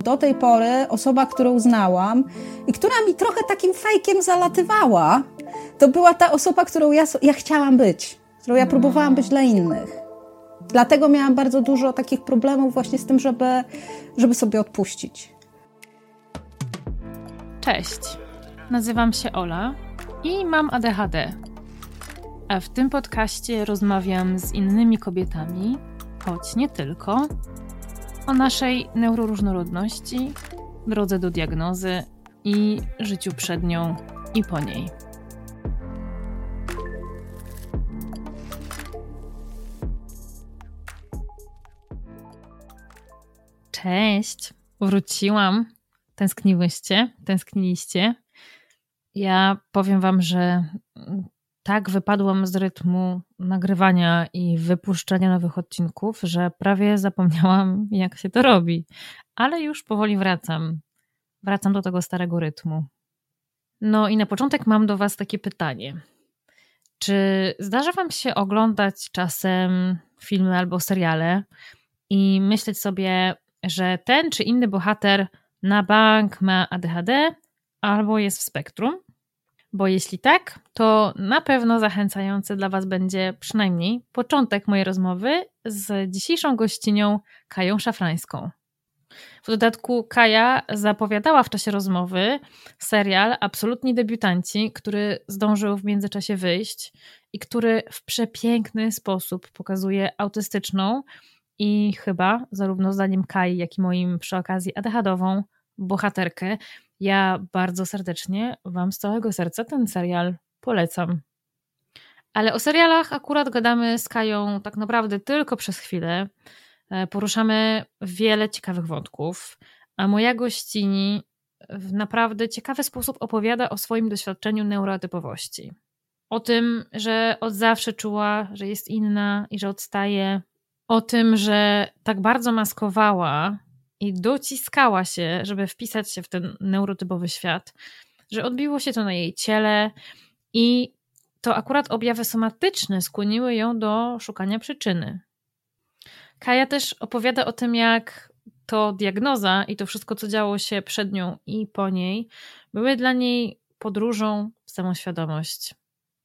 Do tej pory osoba, którą znałam i która mi trochę takim fejkiem zalatywała, to była ta osoba, którą ja chciałam być, którą ja próbowałam być dla innych. Dlatego miałam bardzo dużo takich problemów właśnie z tym, żeby sobie odpuścić. Cześć, nazywam się Ola i mam ADHD. A w tym podcaście rozmawiam z innymi kobietami, choć nie tylko, o naszej neuroróżnorodności, drodze do diagnozy i życiu przed nią i po niej. Cześć, wróciłam. Tęskniliście. Ja powiem wam, że tak wypadłam z rytmu nagrywania i wypuszczania nowych odcinków, że prawie zapomniałam, jak się to robi. Ale już powoli wracam. Wracam do tego starego rytmu. No i na początek mam do was takie pytanie. Czy zdarza wam się oglądać czasem filmy albo seriale i myśleć sobie, że ten czy inny bohater na bank ma ADHD albo jest w spektrum? Bo jeśli tak, to na pewno zachęcający dla was będzie przynajmniej początek mojej rozmowy z dzisiejszą gościnią Kają Szafrańską. W dodatku Kaja zapowiadała w czasie rozmowy serial Absolutni debiutanci, który zdążył w międzyczasie wyjść i który w przepiękny sposób pokazuje autystyczną i chyba zarówno zdaniem Kai, jak i moim przy okazji ADHD-ową bohaterkę. Ja bardzo serdecznie wam z całego serca ten serial polecam. Ale o serialach akurat gadamy z Kają tak naprawdę tylko przez chwilę. Poruszamy wiele ciekawych wątków, a moja gościni w naprawdę ciekawy sposób opowiada o swoim doświadczeniu neurotypowości. O tym, że od zawsze czuła, że jest inna i że odstaje. O tym, że tak bardzo maskowała i dociskała się, żeby wpisać się w ten neurotypowy świat, że odbiło się to na jej ciele i to akurat objawy somatyczne skłoniły ją do szukania przyczyny. Kaja też opowiada o tym, jak to diagnoza i to wszystko, co działo się przed nią i po niej, były dla niej podróżą w samoświadomość.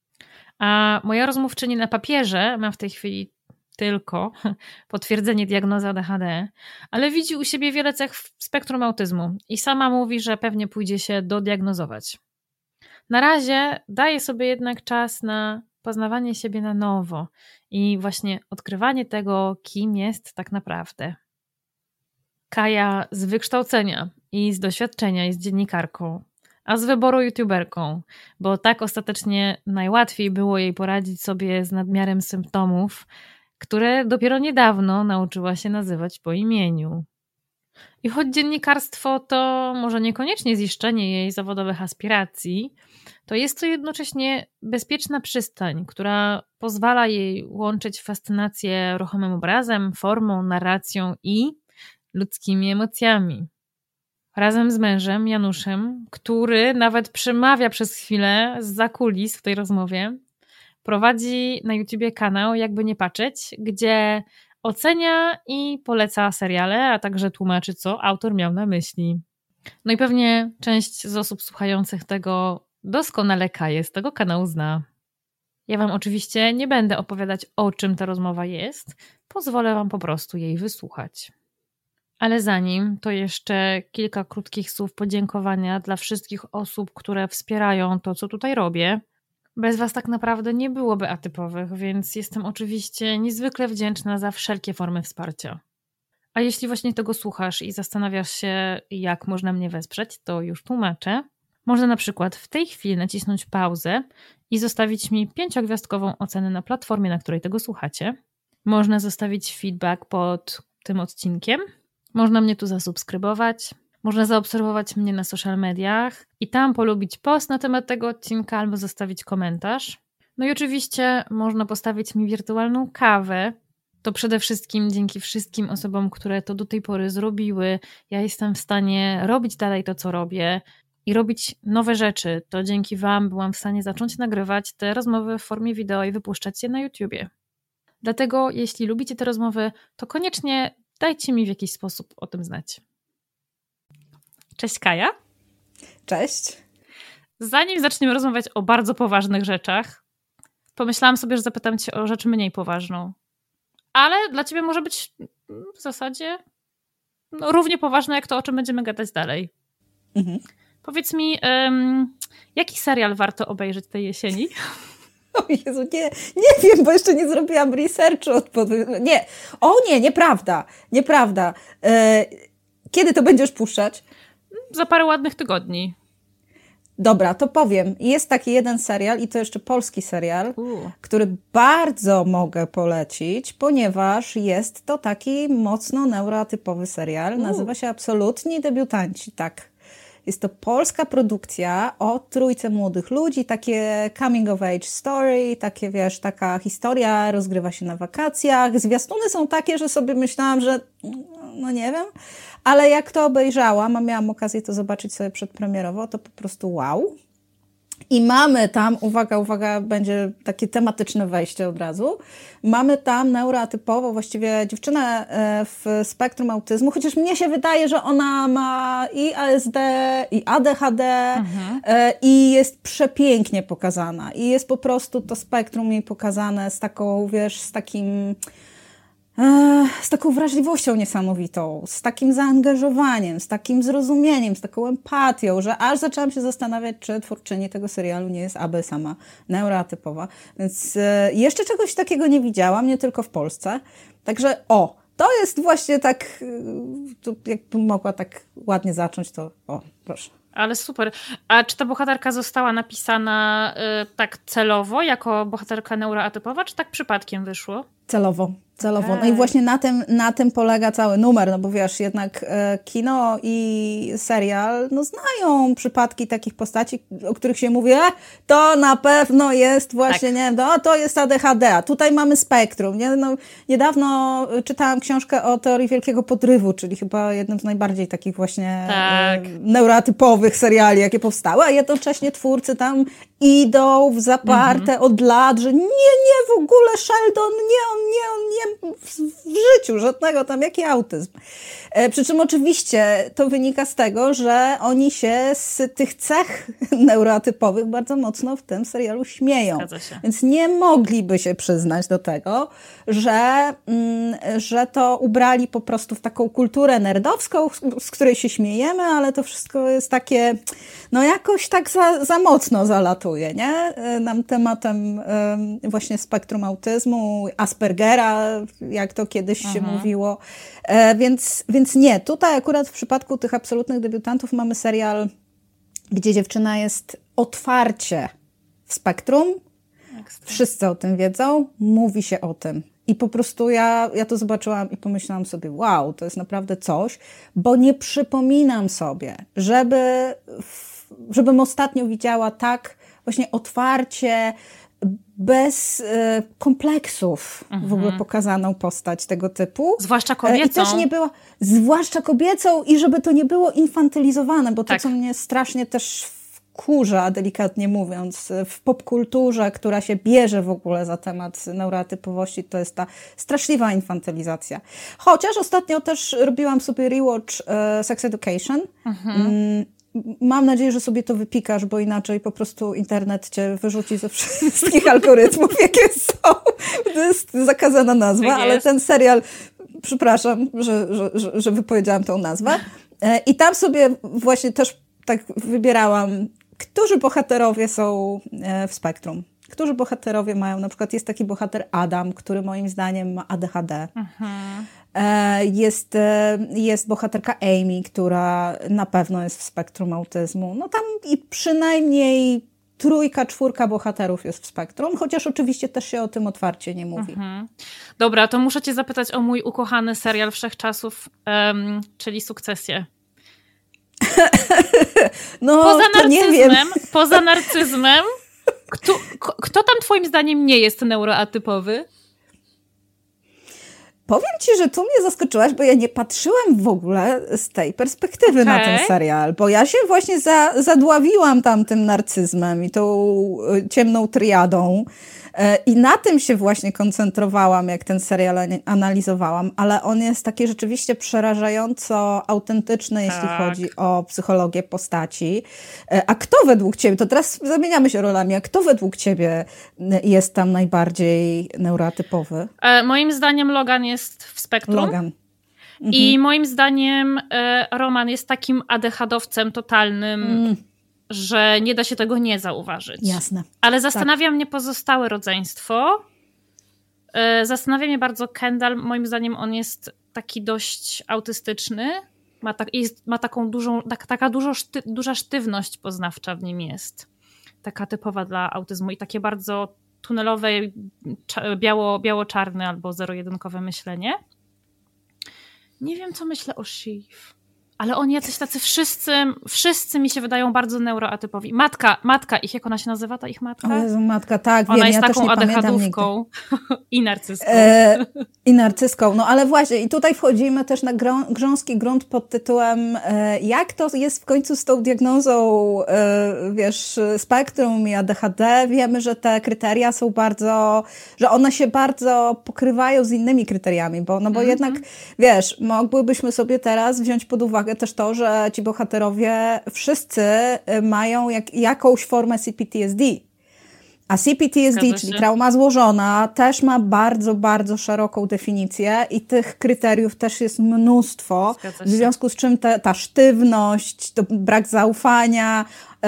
A moja rozmówczyni na papierze ma w tej chwili tylko potwierdzenie diagnozy ADHD, ale widzi u siebie wiele cech w spektrum autyzmu i sama mówi, że pewnie pójdzie się dodiagnozować. Na razie daje sobie jednak czas na poznawanie siebie na nowo i właśnie odkrywanie tego, kim jest tak naprawdę. Kaja z wykształcenia i z doświadczenia jest dziennikarką, a z wyboru youtuberką, bo tak ostatecznie najłatwiej było jej poradzić sobie z nadmiarem symptomów, które dopiero niedawno nauczyła się nazywać po imieniu. I choć dziennikarstwo to może niekoniecznie ziszczenie jej zawodowych aspiracji, to jest to jednocześnie bezpieczna przystań, która pozwala jej łączyć fascynację ruchomym obrazem, formą, narracją i ludzkimi emocjami. Razem z mężem, Januszem, który nawet przemawia przez chwilę zza kulis w tej rozmowie, prowadzi na YouTubie kanał Jakby nie patrzeć, gdzie ocenia i poleca seriale, a także tłumaczy, co autor miał na myśli. No i pewnie część z osób słuchających tego doskonale Kaję z tego kanału zna. Ja wam oczywiście nie będę opowiadać, o czym ta rozmowa jest, pozwolę wam po prostu jej wysłuchać. Ale zanim, to jeszcze kilka krótkich słów podziękowania dla wszystkich osób, które wspierają to, co tutaj robię. Bez was tak naprawdę nie byłoby atypowych, więc jestem oczywiście niezwykle wdzięczna za wszelkie formy wsparcia. A jeśli właśnie tego słuchasz i zastanawiasz się, jak można mnie wesprzeć, to już tłumaczę. Można na przykład w tej chwili nacisnąć pauzę i zostawić mi 5-gwiazdkową ocenę na platformie, na której tego słuchacie. Można zostawić feedback pod tym odcinkiem. Można mnie tu zasubskrybować. Można zaobserwować mnie na social mediach i tam polubić post na temat tego odcinka albo zostawić komentarz. No i oczywiście można postawić mi wirtualną kawę. To przede wszystkim dzięki wszystkim osobom, które to do tej pory zrobiły. Ja jestem w stanie robić dalej to, co robię i robić nowe rzeczy. To dzięki wam byłam w stanie zacząć nagrywać te rozmowy w formie wideo i wypuszczać je na YouTubie. Dlatego jeśli lubicie te rozmowy, to koniecznie dajcie mi w jakiś sposób o tym znać. Cześć Kaja. Cześć. Zanim zaczniemy rozmawiać o bardzo poważnych rzeczach, pomyślałam sobie, że zapytam cię o rzecz mniej poważną. Ale dla ciebie może być w zasadzie równie poważne jak to, o czym będziemy gadać dalej. Powiedz mi, jaki serial warto obejrzeć tej jesieni? O Jezu, nie wiem, bo jeszcze nie zrobiłam researchu. Nieprawda. Kiedy to będziesz puszczać? Za parę ładnych tygodni. Dobra, to powiem. Jest taki jeden serial i to jeszcze polski serial, który bardzo mogę polecić, ponieważ jest to taki mocno neuroatypowy serial. Nazywa się Absolutni Debiutanci, tak. Jest to polska produkcja o trójce młodych ludzi, takie coming of age story, takie wiesz, taka historia rozgrywa się na wakacjach. Zwiastuny są takie, że sobie myślałam, że no nie wiem, ale jak to obejrzałam, a miałam okazję to zobaczyć sobie przedpremierowo, to po prostu wow. I mamy tam, uwaga, będzie takie tematyczne wejście od razu, mamy tam neuroatypowo właściwie dziewczynę w spektrum autyzmu, chociaż mnie się wydaje, że ona ma i ASD, i ADHD i jest przepięknie pokazana. I jest po prostu to spektrum jej pokazane z taką, wiesz, z taką wrażliwością niesamowitą, z takim zaangażowaniem, z takim zrozumieniem, z taką empatią, że aż zaczęłam się zastanawiać, czy twórczyni tego serialu nie jest aby sama neuroatypowa. Więc jeszcze czegoś takiego nie widziałam, nie tylko w Polsce. Także to jest właśnie tak, jakbym mogła tak ładnie zacząć, to proszę. Ale super. A czy ta bohaterka została napisana tak celowo, jako bohaterka neuroatypowa, czy tak przypadkiem wyszło? Celowo. No i właśnie na tym polega cały numer, no bo wiesz, jednak kino i serial znają przypadki takich postaci, o których się mówi, to na pewno jest właśnie, nie wiem, to jest ADHD, a tutaj mamy spektrum. Nie? No, niedawno czytałam książkę o teorii wielkiego podrywu, czyli chyba jednym z najbardziej takich właśnie neuroatypowych seriali, jakie powstały, a jednocześnie twórcy tam idą w zaparte od lat, że nie, w ogóle Sheldon, on nie w życiu żadnego tam, jaki autyzm. Przy czym oczywiście to wynika z tego, że oni się z tych cech neuroatypowych bardzo mocno w tym serialu śmieją. Więc nie mogliby się przyznać do tego, że to ubrali po prostu w taką kulturę nerdowską, z której się śmiejemy, ale to wszystko jest takie, jakoś tak za mocno zalatuje, nie? Nam tematem właśnie spektrum autyzmu, Aspergera, jak to kiedyś się mówiło. Więc nie, tutaj akurat w przypadku tych absolutnych debiutantów mamy serial, gdzie dziewczyna jest otwarcie w spektrum. Wszyscy o tym wiedzą, mówi się o tym. I po prostu ja to zobaczyłam i pomyślałam sobie, wow, to jest naprawdę coś, bo nie przypominam sobie, żebym ostatnio widziała tak właśnie otwarcie, bez kompleksów w ogóle pokazaną postać tego typu. Zwłaszcza kobiecą. I też nie była, zwłaszcza kobiecą i żeby to nie było infantylizowane, bo to, co mnie strasznie też wkurza, delikatnie mówiąc, w popkulturze, która się bierze w ogóle za temat neuroatypowości, to jest ta straszliwa infantylizacja. Chociaż ostatnio też robiłam sobie rewatch Sex Education. Mam nadzieję, że sobie to wypikasz, bo inaczej po prostu internet cię wyrzuci ze wszystkich algorytmów, jakie są. To jest zakazana nazwa, ale ten serial, przepraszam, że wypowiedziałam tą nazwę. I tam sobie właśnie też tak wybierałam, którzy bohaterowie są w spektrum. Którzy bohaterowie mają, na przykład jest taki bohater Adam, który moim zdaniem ma ADHD. Jest bohaterka Amy, która na pewno jest w spektrum autyzmu. No tam i przynajmniej 3-4 bohaterów jest w spektrum, chociaż oczywiście też się o tym otwarcie nie mówi. Dobra, to muszę cię zapytać o mój ukochany serial wszechczasów, czyli Sukcesję. Poza narcyzmem, kto tam twoim zdaniem nie jest neuroatypowy? Powiem ci, że tu mnie zaskoczyłaś, bo ja nie patrzyłam w ogóle z tej perspektywy na ten serial, bo ja się właśnie zadławiłam tam tym narcyzmem i tą ciemną triadą i na tym się właśnie koncentrowałam, jak ten serial analizowałam, ale on jest taki rzeczywiście przerażająco autentyczny, jeśli chodzi o psychologię postaci. A kto według ciebie, to teraz zamieniamy się rolami, a kto według ciebie jest tam najbardziej neuroatypowy? Moim zdaniem Logan jest w spektrum. Logan. I moim zdaniem Roman jest takim ADHD-owcem totalnym, że nie da się tego nie zauważyć. Jasne. Ale zastanawia mnie pozostałe rodzeństwo. Zastanawia mnie bardzo Kendall. Moim zdaniem on jest taki dość autystyczny. Ma taką duża sztywność poznawcza w nim jest. Taka typowa dla autyzmu i takie bardzo tunelowe, biało-czarne albo zero-jedynkowe myślenie. Nie wiem, co myślę o Shiv. Ale oni jacyś tacy wszyscy mi się wydają bardzo neuroatypowi. Matka ich, jak ona się nazywa, ta ich matka? O Jezu, matka, tak, ona wiem, jest ja taką też nie ADHD-ówką i narcyską. I narcyską. No ale właśnie, i tutaj wchodzimy też na grząski grunt pod tytułem jak to jest w końcu z tą diagnozą, spektrum i ADHD. Wiemy, że te kryteria są że one się bardzo pokrywają z innymi kryteriami, bo jednak, mogłybyśmy sobie teraz wziąć pod uwagę też to, że ci bohaterowie wszyscy mają jakąś formę CPTSD. A CPTSD, czyli trauma złożona, też ma bardzo, bardzo szeroką definicję i tych kryteriów też jest mnóstwo, w związku z czym ta sztywność, to brak zaufania,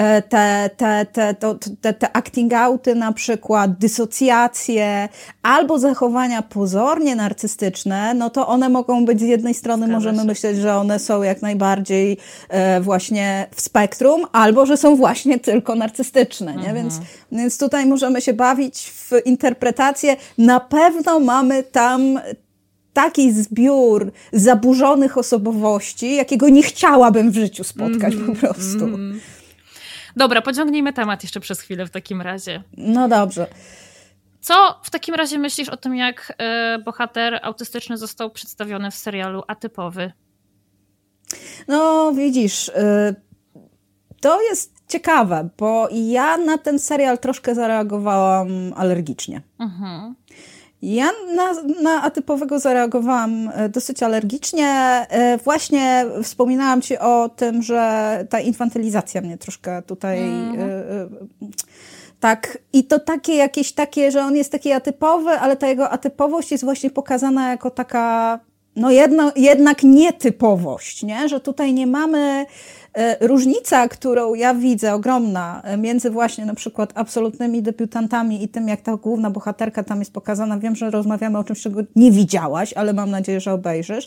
te acting outy na przykład, dysocjacje albo zachowania pozornie narcystyczne, no to one mogą być z jednej strony, możemy myśleć, że one są jak najbardziej właśnie w spektrum, albo że są właśnie tylko narcystyczne, nie? Więc tutaj możemy się bawić w interpretację. Na pewno mamy tam taki zbiór zaburzonych osobowości, jakiego nie chciałabym w życiu spotkać po prostu. Dobra, pociągnijmy temat jeszcze przez chwilę w takim razie. No dobrze. Co w takim razie myślisz o tym, jak bohater autystyczny został przedstawiony w serialu Atypowy? No widzisz, to jest ciekawe, bo ja na ten serial troszkę zareagowałam alergicznie. Ja na Atypowego zareagowałam dosyć alergicznie. Właśnie wspominałam ci o tym, że ta infantylizacja mnie troszkę tutaj... Tak, i to takie jakieś takie, że on jest taki atypowy, ale ta jego atypowość jest właśnie pokazana jako taka, no jednak nietypowość, nie? Że tutaj nie mamy... Różnica, którą ja widzę, ogromna, między właśnie na przykład absolutnymi debiutantami i tym, jak ta główna bohaterka tam jest pokazana, wiem, że rozmawiamy o czymś, czego nie widziałaś, ale mam nadzieję, że obejrzysz,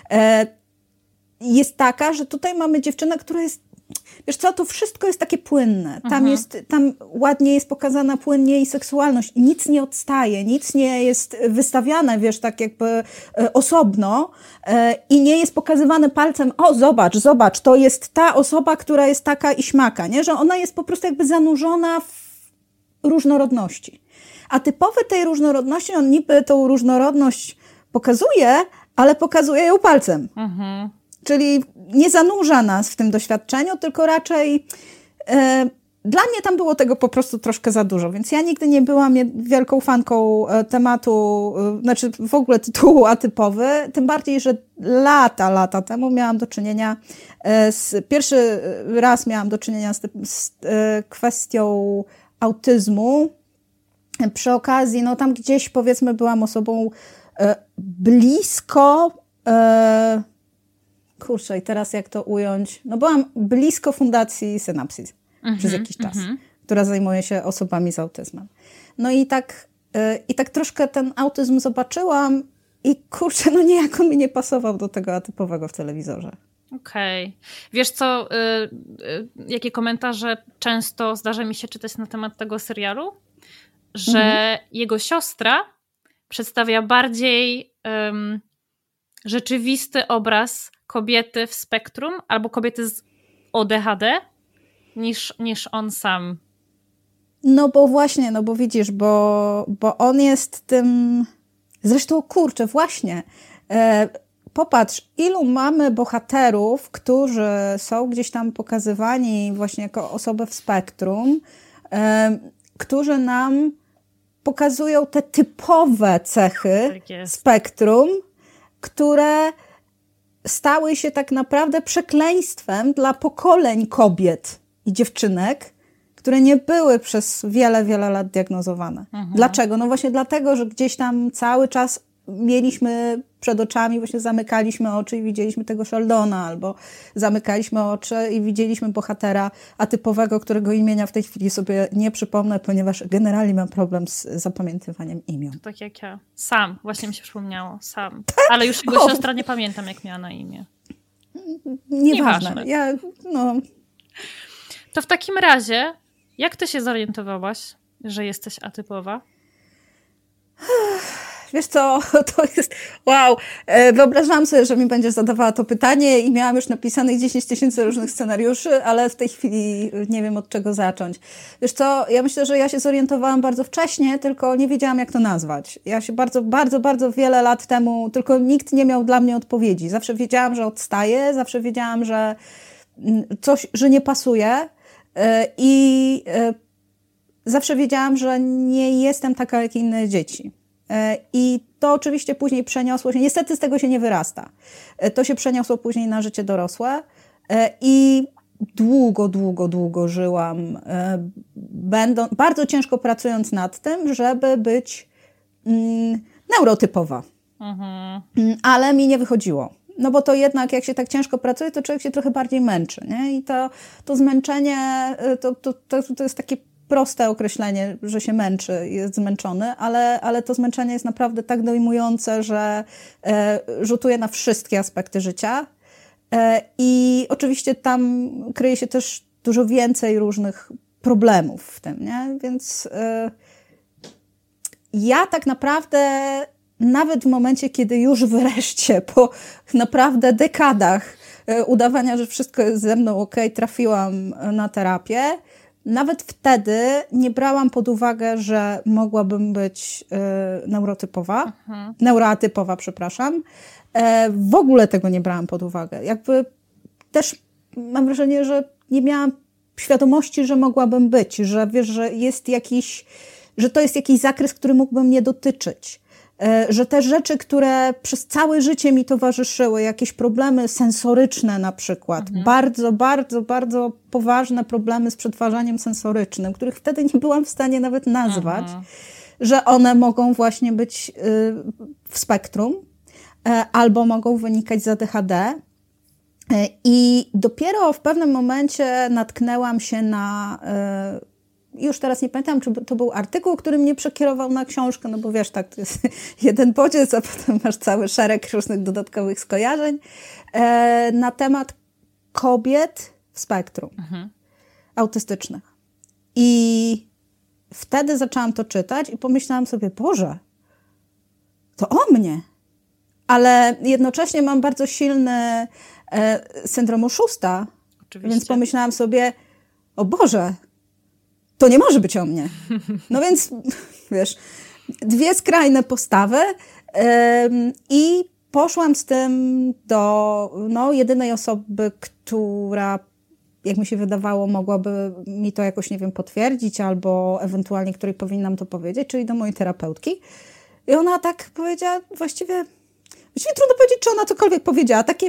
jest taka, że tutaj mamy dziewczynę, która jest, wiesz co, to wszystko jest takie płynne. Tam ładnie jest pokazana płynnie i seksualność. Nic nie odstaje, nic nie jest wystawiane, wiesz, tak jakby osobno i nie jest pokazywane palcem, o zobacz, to jest ta osoba, która jest taka i śmaka, nie? Że ona jest po prostu jakby zanurzona w różnorodności. A typowy tej różnorodności, on niby tą różnorodność pokazuje, ale pokazuje ją palcem. Czyli nie zanurza nas w tym doświadczeniu, tylko raczej dla mnie tam było tego po prostu troszkę za dużo, więc ja nigdy nie byłam wielką fanką tematu, znaczy w ogóle tytułu Atypowy, tym bardziej, że lata temu miałam do czynienia pierwszy raz miałam do czynienia z kwestią autyzmu. Przy okazji, no tam gdzieś powiedzmy byłam osobą blisko... Kurczę, i teraz jak to ująć? No byłam blisko Fundacji Synapsis przez jakiś czas, która zajmuje się osobami z autyzmem. No i tak troszkę ten autyzm zobaczyłam i kurczę, no niejako mi nie pasował do tego atypowego w telewizorze. Okej. Wiesz co, jakie komentarze często zdarza mi się czytać na temat tego serialu? Że jego siostra przedstawia bardziej rzeczywisty obraz kobiety w spektrum albo kobiety z ADHD niż on sam. No bo właśnie, no bo widzisz, bo on jest tym Zresztą, kurczę, właśnie, popatrz, ilu mamy bohaterów, którzy są gdzieś tam pokazywani właśnie jako osoby w spektrum, którzy nam pokazują te typowe cechy spektrum, które stały się tak naprawdę przekleństwem dla pokoleń kobiet i dziewczynek, które nie były przez wiele, wiele lat diagnozowane. Dlaczego? No właśnie dlatego, że gdzieś tam cały czas mieliśmy przed oczami, właśnie zamykaliśmy oczy i widzieliśmy tego Sheldona, albo zamykaliśmy oczy i widzieliśmy bohatera atypowego, którego imienia w tej chwili sobie nie przypomnę, ponieważ generalnie mam problem z zapamiętywaniem imion. Tak jak ja. Sam. Właśnie mi się przypomniało. Sam. Ale już jego siostra nie pamiętam, jak miała na imię. Nieważne. To w takim razie, jak ty się zorientowałaś, że jesteś atypowa? Wiesz co, to jest, wow, wyobrażam sobie, że mi będziesz zadawała to pytanie i miałam już napisanych 10 000 różnych scenariuszy, ale w tej chwili nie wiem, od czego zacząć. Wiesz co, ja myślę, że ja się zorientowałam bardzo wcześnie, tylko nie wiedziałam, jak to nazwać. Ja się bardzo wiele lat temu, tylko nikt nie miał dla mnie odpowiedzi. Zawsze wiedziałam, że odstaję, zawsze wiedziałam, że coś, że nie pasuje i zawsze wiedziałam, że nie jestem taka jak inne dzieci. I to oczywiście później przeniosło się, niestety z tego się nie wyrasta. To się przeniosło później na życie dorosłe i długo żyłam, bardzo ciężko pracując nad tym, żeby być neurotypowa. Ale mi nie wychodziło. No bo to jednak, jak się tak ciężko pracuje, to człowiek się trochę bardziej męczy, nie? I to zmęczenie, to jest takie proste określenie, że się męczy, jest zmęczony, ale to zmęczenie jest naprawdę tak dojmujące, że rzutuje na wszystkie aspekty życia. I oczywiście tam kryje się też dużo więcej różnych problemów w tym, nie? Więc ja tak naprawdę nawet w momencie, kiedy już wreszcie po naprawdę dekadach udawania, że wszystko jest ze mną okej, trafiłam na terapię, nawet wtedy nie brałam pod uwagę, że mogłabym być neuroatypowa, przepraszam. W ogóle tego nie brałam pod uwagę. Jakby też mam wrażenie, że nie miałam świadomości, że mogłabym być, że wiesz, że to jest jakiś zakres, który mógłby mnie dotyczyć. Że te rzeczy, które przez całe życie mi towarzyszyły, jakieś problemy sensoryczne na przykład, bardzo poważne problemy z przetwarzaniem sensorycznym, których wtedy nie byłam w stanie nawet nazwać, że one mogą właśnie być w spektrum albo mogą wynikać z ADHD. I dopiero w pewnym momencie natknęłam się na... Już teraz nie pamiętam, czy to był artykuł, który mnie przekierował na książkę, no bo wiesz, tak, to jest jeden bodziec, a potem masz cały szereg różnych dodatkowych skojarzeń na temat kobiet w spektrum autystycznych. I wtedy zaczęłam to czytać i pomyślałam sobie, Boże, to o mnie. Ale jednocześnie mam bardzo silny syndrom oszusta, więc pomyślałam sobie, o Boże, to nie może być o mnie. No więc, wiesz, dwie skrajne postawy i poszłam z tym do jedynej osoby, która, jak mi się wydawało, mogłaby mi to jakoś, nie wiem, potwierdzić albo ewentualnie której powinnam to powiedzieć, czyli do mojej terapeutki. I ona tak powiedziała, właściwie trudno powiedzieć, czy ona cokolwiek powiedziała, takie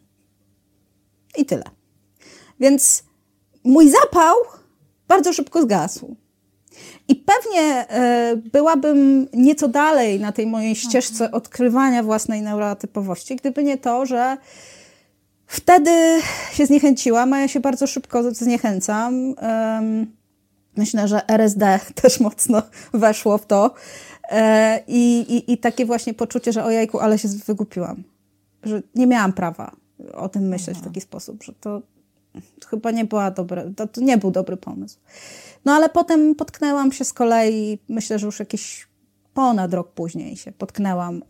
i tyle. Więc mój zapał bardzo szybko zgasł. I pewnie byłabym nieco dalej na tej mojej ścieżce odkrywania własnej neuroatypowości, gdyby nie to, że wtedy się zniechęciłam, a ja się bardzo szybko zniechęcam. Myślę, że RSD też mocno weszło w to. I takie właśnie poczucie, że ojejku, ale się wygupiłam. Że nie miałam prawa o tym myśleć w taki sposób, że to chyba nie była to nie był dobry pomysł. No ale potem potknęłam się z kolei, myślę, że już jakiś ponad rok później się potknęłam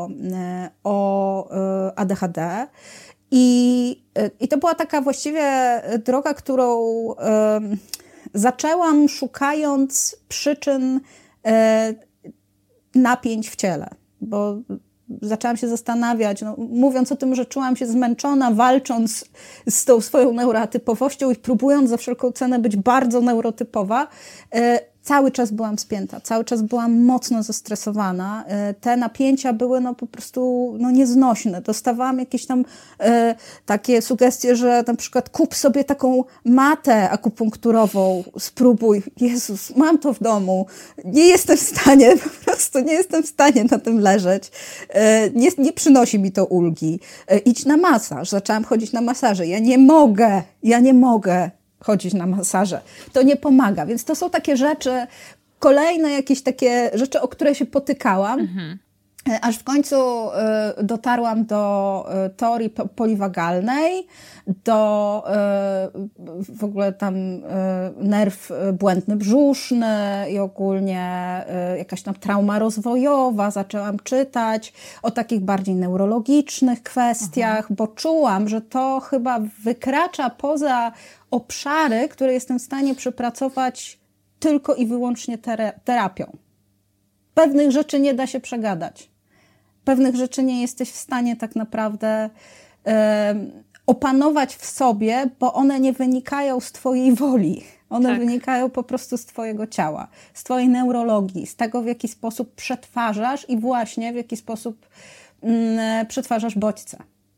o ADHD i to była taka właściwie droga, którą zaczęłam szukając przyczyn napięć w ciele. bo zaczęłam się zastanawiać, mówiąc o tym, że czułam się zmęczona, walcząc z tą swoją neuroatypowością i próbując za wszelką cenę być bardzo neurotypowa, cały czas byłam spięta, cały czas byłam mocno zestresowana. Te napięcia były po prostu nieznośne. Dostawałam jakieś tam takie sugestie, że na przykład kup sobie taką matę akupunkturową, spróbuj. Jezus, mam to w domu. Nie jestem w stanie, po prostu nie jestem w stanie na tym leżeć. Nie przynosi mi to ulgi. Idź na masaż. Zaczęłam chodzić na masaże. Ja nie mogę chodzić na masaże. To nie pomaga. Więc to są takie rzeczy, kolejne jakieś takie rzeczy, o które się potykałam, aż w końcu dotarłam do teorii poliwagalnej, do w ogóle tam nerw błędny brzuszny i ogólnie jakaś tam trauma rozwojowa. Zaczęłam czytać o takich bardziej neurologicznych kwestiach, bo czułam, że to chyba wykracza poza obszary, które jestem w stanie przepracować tylko i wyłącznie terapią. Pewnych rzeczy nie da się przegadać. Pewnych rzeczy nie jesteś w stanie tak naprawdę opanować w sobie, bo one nie wynikają z twojej woli. One wynikają po prostu z twojego ciała, z twojej neurologii, z tego, w jaki sposób przetwarzasz i właśnie w jaki sposób przetwarzasz bodźce.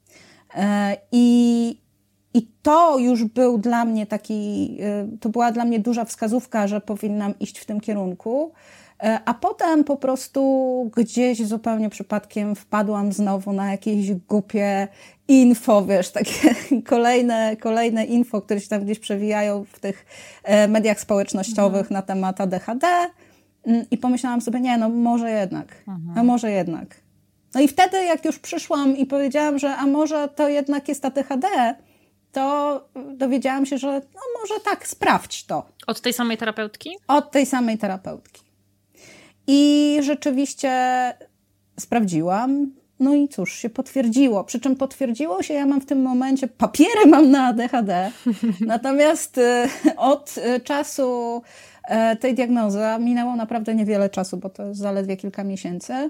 I to już był dla mnie to była dla mnie duża wskazówka, że powinnam iść w tym kierunku. A potem po prostu gdzieś zupełnie przypadkiem wpadłam znowu na jakieś głupie info, takie kolejne info, które się tam gdzieś przewijają w tych mediach społecznościowych na temat ADHD i pomyślałam sobie, może jednak. No i wtedy, jak już przyszłam i powiedziałam, że a może to jednak jest ADHD, to dowiedziałam się, że może tak, sprawdź to. Od tej samej terapeutki? Od tej samej terapeutki. I rzeczywiście sprawdziłam, i cóż, się potwierdziło. Przy czym potwierdziło się, ja mam w tym momencie, papiery mam na ADHD, natomiast od czasu tej diagnozy minęło naprawdę niewiele czasu, bo to jest zaledwie kilka miesięcy.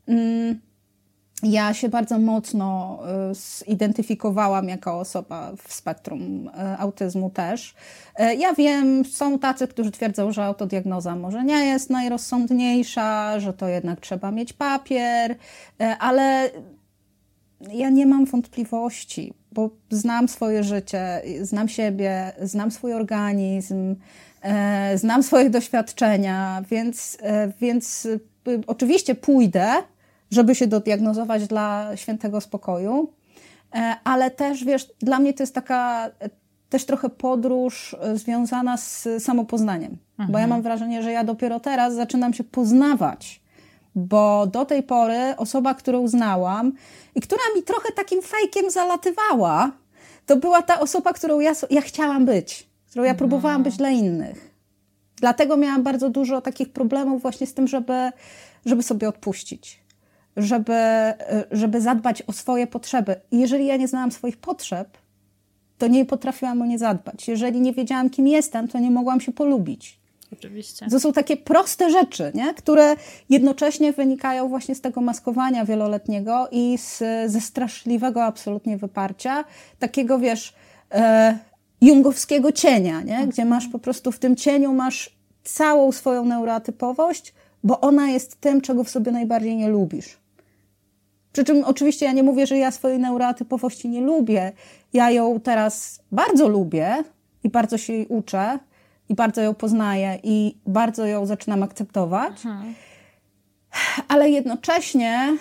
Ja się bardzo mocno zidentyfikowałam jako osoba w spektrum autyzmu też. Ja wiem, są tacy, którzy twierdzą, że autodiagnoza może nie jest najrozsądniejsza, że to jednak trzeba mieć papier, ale ja nie mam wątpliwości, bo znam swoje życie, znam siebie, znam swój organizm, znam swoje doświadczenia, więc oczywiście pójdę, żeby się dodiagnozować dla świętego spokoju, ale też, dla mnie to jest taka też trochę podróż związana z samopoznaniem, bo ja mam wrażenie, że ja dopiero teraz zaczynam się poznawać, bo do tej pory osoba, którą znałam i która mi trochę takim fejkiem zalatywała, to była ta osoba, którą ja chciałam być, którą ja próbowałam być dla innych. Dlatego miałam bardzo dużo takich problemów właśnie z tym, żeby sobie odpuścić. Żeby zadbać o swoje potrzeby. I jeżeli ja nie znałam swoich potrzeb, to nie potrafiłam o nie zadbać. Jeżeli nie wiedziałam, kim jestem, to nie mogłam się polubić. Oczywiście. To są takie proste rzeczy, które jednocześnie wynikają właśnie z tego maskowania wieloletniego i ze straszliwego absolutnie wyparcia. Takiego, jungowskiego cienia, gdzie masz po prostu w tym cieniu masz całą swoją neuroatypowość, bo ona jest tym, czego w sobie najbardziej nie lubisz. Przy czym oczywiście ja nie mówię, że ja swojej neuroatypowości nie lubię. Ja ją teraz bardzo lubię i bardzo się jej uczę i bardzo ją poznaję i bardzo ją zaczynam akceptować. Ale jednocześnie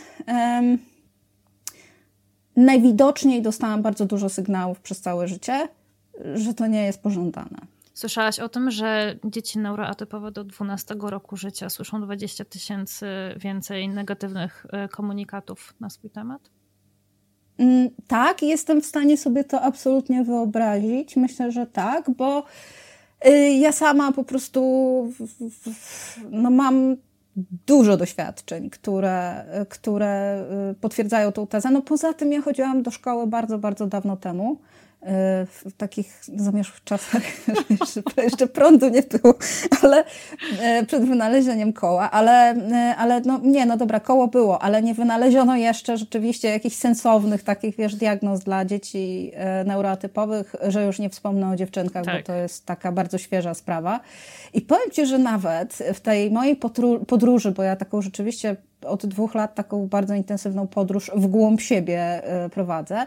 najwidoczniej dostałam bardzo dużo sygnałów przez całe życie, że to nie jest pożądane. Słyszałaś o tym, że dzieci neuroatypowe do 12 roku życia słyszą 20 000 więcej negatywnych komunikatów na swój temat? Tak, jestem w stanie sobie to absolutnie wyobrazić. Myślę, że tak, bo ja sama po prostu mam dużo doświadczeń, które potwierdzają tą tezę. Poza tym ja chodziłam do szkoły bardzo, bardzo dawno temu w takich zamierzchłych czasach, jeszcze prądu nie było, ale przed wynalezieniem koła, ale no dobra, koło było, ale nie wynaleziono jeszcze rzeczywiście jakichś sensownych takich, diagnoz dla dzieci neuroatypowych, że już nie wspomnę o dziewczynkach, bo to jest taka bardzo świeża sprawa. I powiem Ci, że nawet w tej mojej podróży, bo ja taką rzeczywiście od 2 lat taką bardzo intensywną podróż w głąb siebie prowadzę,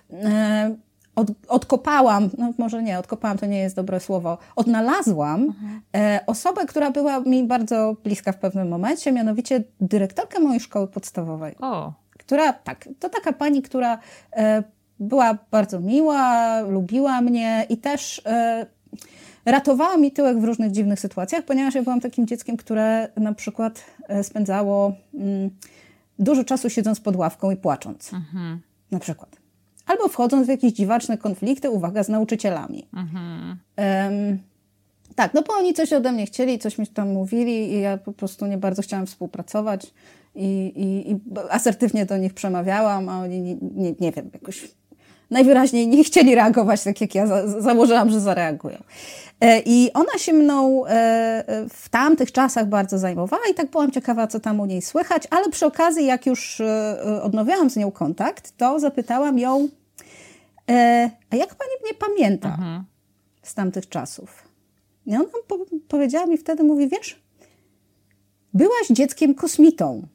odkopałam, no może nie, odkopałam to nie jest dobre słowo, odnalazłam osobę, która była mi bardzo bliska w pewnym momencie, mianowicie dyrektorkę mojej szkoły podstawowej. Która, to taka pani, która była bardzo miła, lubiła mnie i też ratowała mi tyłek w różnych dziwnych sytuacjach, ponieważ ja byłam takim dzieckiem, które na przykład spędzało dużo czasu siedząc pod ławką i płacząc. Na przykład. Albo wchodząc w jakieś dziwaczne konflikty, z nauczycielami. Tak, no bo oni coś ode mnie chcieli, coś mi tam mówili i ja po prostu nie bardzo chciałam współpracować i asertywnie do nich przemawiałam, a oni nie wiem, jakoś najwyraźniej nie chcieli reagować tak, jak ja założyłam, że zareagują. I ona się mną w tamtych czasach bardzo zajmowała i tak byłam ciekawa, co tam u niej słychać, ale przy okazji, jak już odnowiłam z nią kontakt, to zapytałam ją, a jak pani mnie pamięta z tamtych czasów? I ona powiedziała mi wtedy, mówi, wiesz, byłaś dzieckiem kosmitą.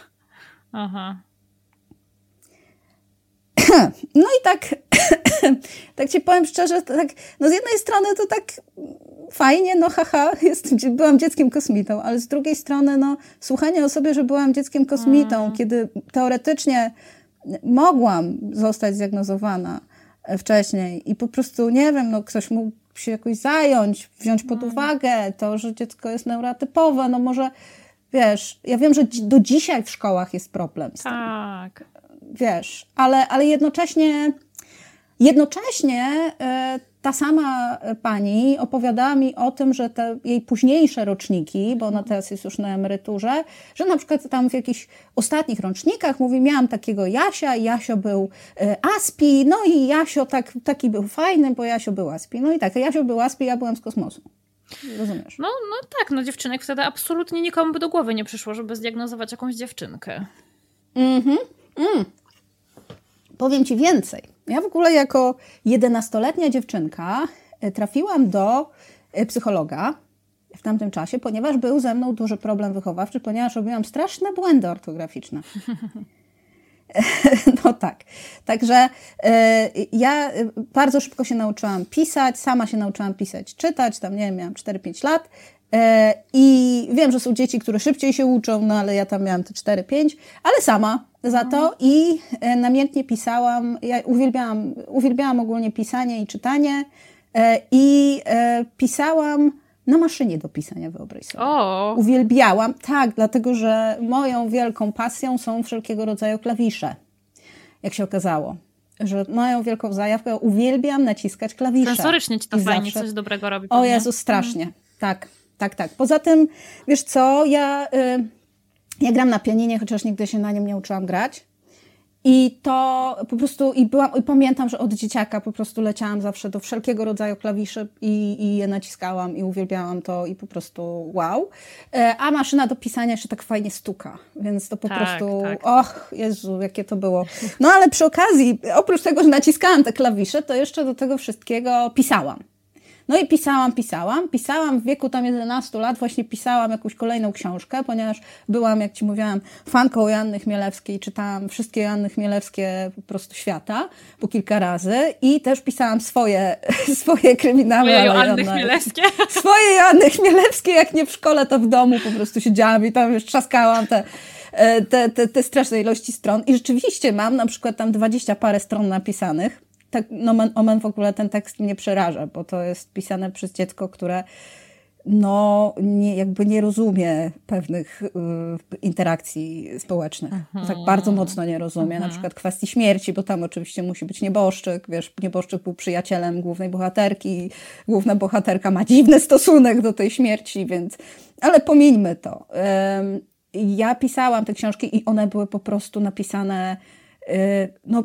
No i tak ci powiem szczerze, tak, no z jednej strony to tak fajnie, no haha, byłam dzieckiem kosmitą, ale z drugiej strony no słuchanie o sobie, że byłam dzieckiem kosmitą, kiedy teoretycznie mogłam zostać zdiagnozowana wcześniej i po prostu, nie wiem, no ktoś mógł się jakoś zająć, wziąć pod uwagę to, że dziecko jest neurotypowe, no może, wiesz, ja wiem, że do dzisiaj w szkołach jest problem z tym. Tak. Wiesz, ale jednocześnie ta sama pani opowiadała mi o tym, że te jej późniejsze roczniki, bo ona teraz jest już na emeryturze, że na przykład tam w jakichś ostatnich rocznikach mówi, miałam takiego Jasia i Jasio był Aspi, no i Jasio taki był fajny, bo Jasio był Aspi. No i tak, Jasio był Aspi, ja byłam z kosmosu. Rozumiesz? No tak, no dziewczynek wtedy absolutnie nikomu by do głowy nie przyszło, żeby zdiagnozować jakąś dziewczynkę. Powiem Ci więcej. Ja w ogóle jako 11-letnia dziewczynka trafiłam do psychologa w tamtym czasie, ponieważ był ze mną duży problem wychowawczy, ponieważ robiłam straszne błędy ortograficzne. No tak. Także ja bardzo szybko się nauczyłam pisać, sama się nauczyłam pisać, czytać, tam nie wiem, miałam 4-5 lat. I wiem, że są dzieci, które szybciej się uczą, no ale ja tam miałam te 4-5, ale sama za to i namiętnie pisałam. Ja uwielbiałam ogólnie pisanie i czytanie i pisałam na maszynie do pisania, wyobraź sobie. Uwielbiałam, tak, dlatego że moją wielką pasją są wszelkiego rodzaju klawisze, jak się okazało. Że moją wielką zajawkę uwielbiam naciskać klawisze. Sensorycznie ci to fajnie coś dobrego robi. O Jezu, strasznie. Tak. Poza tym, wiesz co, ja gram na pianinie, chociaż nigdy się na nim nie uczyłam grać. I to po prostu, i pamiętam, że od dzieciaka po prostu leciałam zawsze do wszelkiego rodzaju klawiszy i je naciskałam i uwielbiałam to i po prostu wow. A maszyna do pisania jeszcze tak fajnie stuka, więc to po prostu, och Jezu, jakie to było. No ale przy okazji, oprócz tego, że naciskałam te klawisze, to jeszcze do tego wszystkiego pisałam. No i pisałam w wieku tam 11 lat, właśnie pisałam jakąś kolejną książkę, ponieważ byłam, jak Ci mówiłam, fanką Joanny Chmielewskiej, czytałam wszystkie Joanny Chmielewskie po prostu świata po kilka razy i też pisałam swoje kryminały. Swoje Joanny Chmielewskie? Swoje Joanny Chmielewskie, jak nie w szkole, to w domu po prostu siedziałam i tam już trzaskałam te straszne ilości stron i rzeczywiście mam na przykład tam 20 parę stron napisanych. Tak, nomen omen w ogóle ten tekst mnie przeraża, bo to jest pisane przez dziecko, które jakby nie rozumie pewnych interakcji społecznych. Tak bardzo mocno nie rozumie. Na przykład kwestii śmierci, bo tam oczywiście musi być nieboszczyk. Wiesz, nieboszczyk był przyjacielem głównej bohaterki. Główna bohaterka ma dziwny stosunek do tej śmierci, więc... Ale pomińmy to. Ja pisałam te książki i one były po prostu napisane...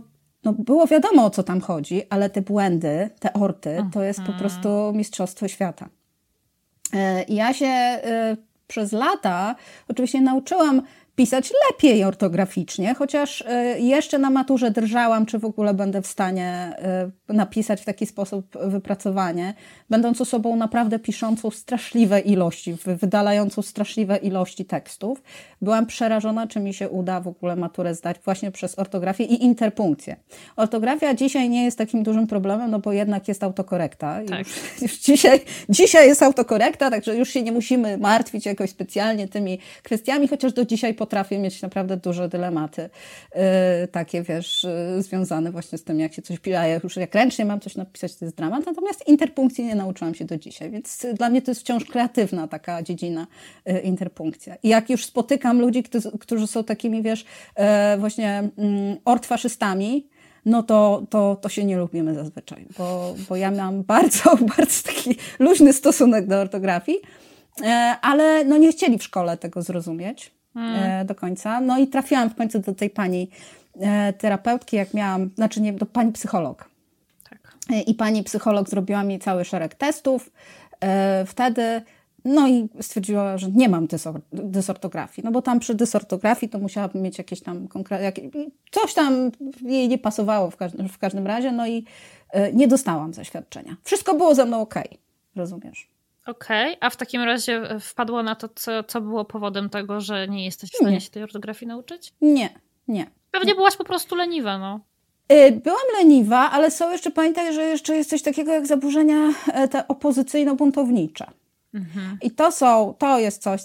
no było wiadomo, o co tam chodzi, ale te błędy, te orty, to jest po prostu mistrzostwo świata. I ja się przez lata oczywiście nauczyłam pisać lepiej ortograficznie, chociaż jeszcze na maturze drżałam, czy w ogóle będę w stanie napisać w taki sposób wypracowanie, będąc osobą naprawdę piszącą straszliwe ilości, wydalającą straszliwe ilości tekstów. Byłam przerażona, czy mi się uda w ogóle maturę zdać właśnie przez ortografię i interpunkcję. Ortografia dzisiaj nie jest takim dużym problemem, no bo jednak jest autokorekta. Tak. Już dzisiaj jest autokorekta, także już się nie musimy martwić jakoś specjalnie tymi kwestiami, chociaż do dzisiaj potrafię mieć naprawdę duże dylematy takie, wiesz, związane właśnie z tym, jak się coś pisze. Ja już jak ręcznie mam coś napisać, to jest dramat, natomiast interpunkcji nie nauczyłam się do dzisiaj, więc dla mnie to jest wciąż kreatywna taka dziedzina interpunkcja. I jak już spotykam ludzi, którzy są takimi, wiesz, właśnie ortfaszystami, no to się nie lubimy zazwyczaj, bo ja miałam bardzo, bardzo taki luźny stosunek do ortografii, ale no nie chcieli w szkole tego zrozumieć do końca. No i trafiłam w końcu do tej pani terapeutki, jak miałam, znaczy nie, do pani psycholog. Tak. I pani psycholog zrobiła mi cały szereg testów wtedy, no i stwierdziła, że nie mam dysortografii, no bo tam przy dysortografii to musiałabym mieć jakieś tam coś tam jej nie pasowało w każdym razie, no i nie dostałam zaświadczenia. Wszystko było ze mną okej, rozumiesz? Okej, a w takim razie wpadło na to, co było powodem tego, że nie jesteś w stanie się tej ortografii nauczyć? Nie. Pewnie byłaś po prostu leniwa, no. Byłam leniwa, ale pamiętaj, że jeszcze jest coś takiego jak zaburzenia te opozycyjno-buntownicze. I to jest coś,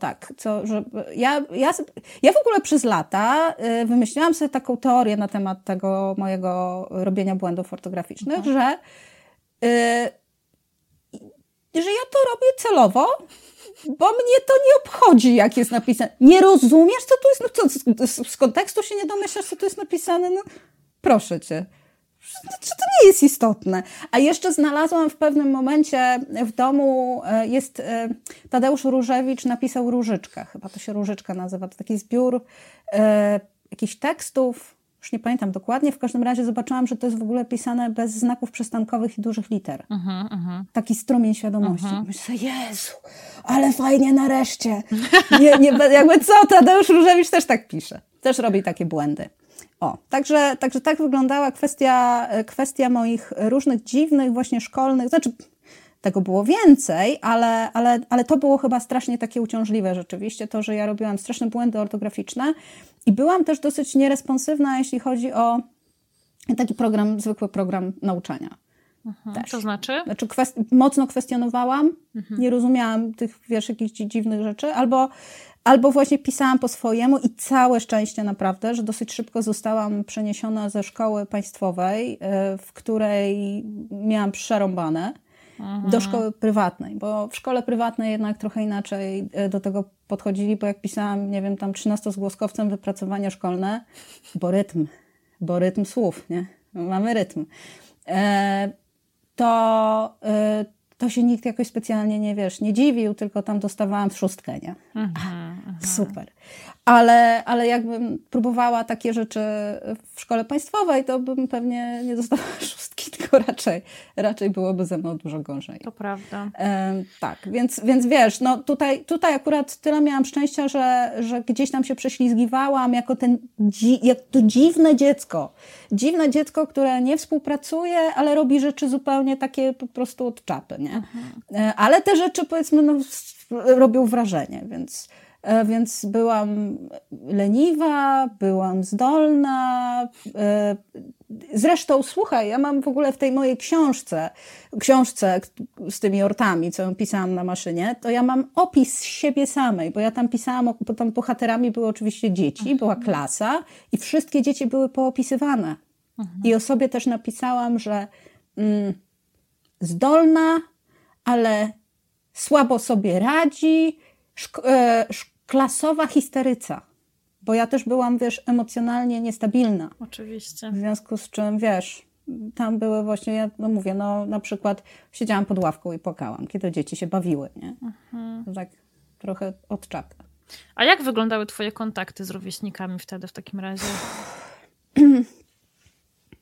ja w ogóle przez lata wymyśliłam sobie taką teorię na temat tego mojego robienia błędów ortograficznych, że ja to robię celowo, bo mnie to nie obchodzi, jak jest napisane. Nie rozumiesz, co tu jest? No z kontekstu się nie domyślasz, co tu jest napisane? No proszę cię. Czy to nie jest istotne? A jeszcze znalazłam w pewnym momencie w domu, Tadeusz Różewicz napisał Różyczkę, chyba to się Różyczka nazywa, to taki zbiór jakichś tekstów, już nie pamiętam dokładnie, w każdym razie zobaczyłam, że to jest w ogóle pisane bez znaków przystankowych i dużych liter. Taki strumień świadomości. Myślę, Jezu, ale fajnie nareszcie. Jakby co, Tadeusz Różewicz też tak pisze. Też robi takie błędy. Także tak wyglądała kwestia moich różnych dziwnych właśnie szkolnych, znaczy tego było więcej, ale to było chyba strasznie takie uciążliwe rzeczywiście, to, że ja robiłam straszne błędy ortograficzne i byłam też dosyć nieresponsywna, jeśli chodzi o taki zwykły program nauczania. To znaczy? Mocno kwestionowałam, nie rozumiałam tych, wiesz, jakichś dziwnych rzeczy, albo właśnie pisałam po swojemu i całe szczęście naprawdę, że dosyć szybko zostałam przeniesiona ze szkoły państwowej, w której miałam przerąbane, do szkoły prywatnej, bo w szkole prywatnej jednak trochę inaczej do tego podchodzili, bo jak pisałam, nie wiem, tam 13-zgłoskowcem wypracowania szkolne, bo rytm słów, nie? Mamy rytm. To się nikt jakoś specjalnie, nie dziwił, tylko tam dostawałam 6, nie? Super. Ale jakbym próbowała takie rzeczy w szkole państwowej, to bym pewnie nie dostawała 6, tylko raczej byłoby ze mną dużo gorzej. To prawda. Tak, więc wiesz, no tutaj akurat tyle miałam szczęścia, że gdzieś tam się prześlizgiwałam jako to dziwne dziecko, które nie współpracuje, ale robi rzeczy zupełnie takie po prostu od czapy, nie? Ale te rzeczy, powiedzmy, robią wrażenie, więc byłam leniwa, byłam zdolna. Zresztą, słuchaj, ja mam w ogóle w tej mojej książce z tymi ortami, co ją pisałam na maszynie, to ja mam opis siebie samej, bo ja tam pisałam, bo tam bohaterami były oczywiście dzieci, była klasa i wszystkie dzieci były poopisywane. I o sobie też napisałam, że zdolna, ale słabo sobie radzi, klasowa histeryca, bo ja też byłam, wiesz, emocjonalnie niestabilna. Oczywiście. W związku z czym, wiesz, tam były właśnie, ja mówię, na przykład siedziałam pod ławką i płakałam, kiedy dzieci się bawiły, nie? Tak trochę od czapy. A jak wyglądały twoje kontakty z rówieśnikami wtedy w takim razie?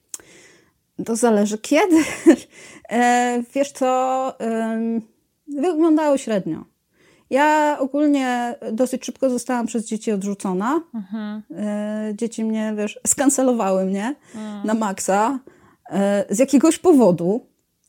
To zależy kiedy. Wiesz co, wyglądało średnio. Ja ogólnie dosyć szybko zostałam przez dzieci odrzucona. Dzieci mnie, skancelowały mnie na maksa z jakiegoś powodu.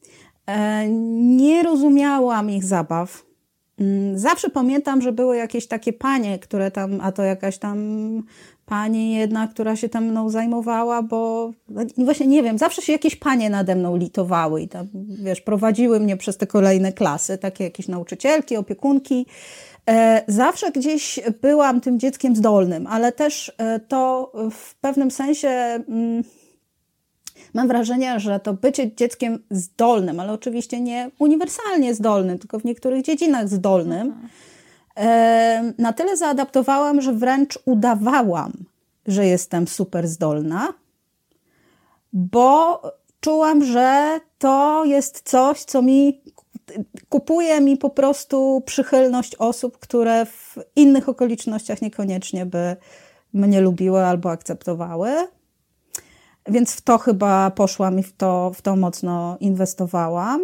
Nie rozumiałam ich zabaw. Zawsze pamiętam, że były jakieś takie panie, które tam, a to jakaś tam pani jedna, która się tam mną zajmowała, bo właśnie nie wiem, zawsze się jakieś panie nade mną litowały i tam, prowadziły mnie przez te kolejne klasy, takie jakieś nauczycielki, opiekunki. Zawsze gdzieś byłam tym dzieckiem zdolnym, ale też to w pewnym sensie mam wrażenie, że to bycie dzieckiem zdolnym, ale oczywiście nie uniwersalnie zdolnym, tylko w niektórych dziedzinach zdolnym, na tyle zaadaptowałam, że wręcz udawałam, że jestem super zdolna, bo czułam, że to jest coś, co kupuje mi po prostu przychylność osób, które w innych okolicznościach niekoniecznie by mnie lubiły albo akceptowały. Więc w to chyba poszłam i w to mocno inwestowałam.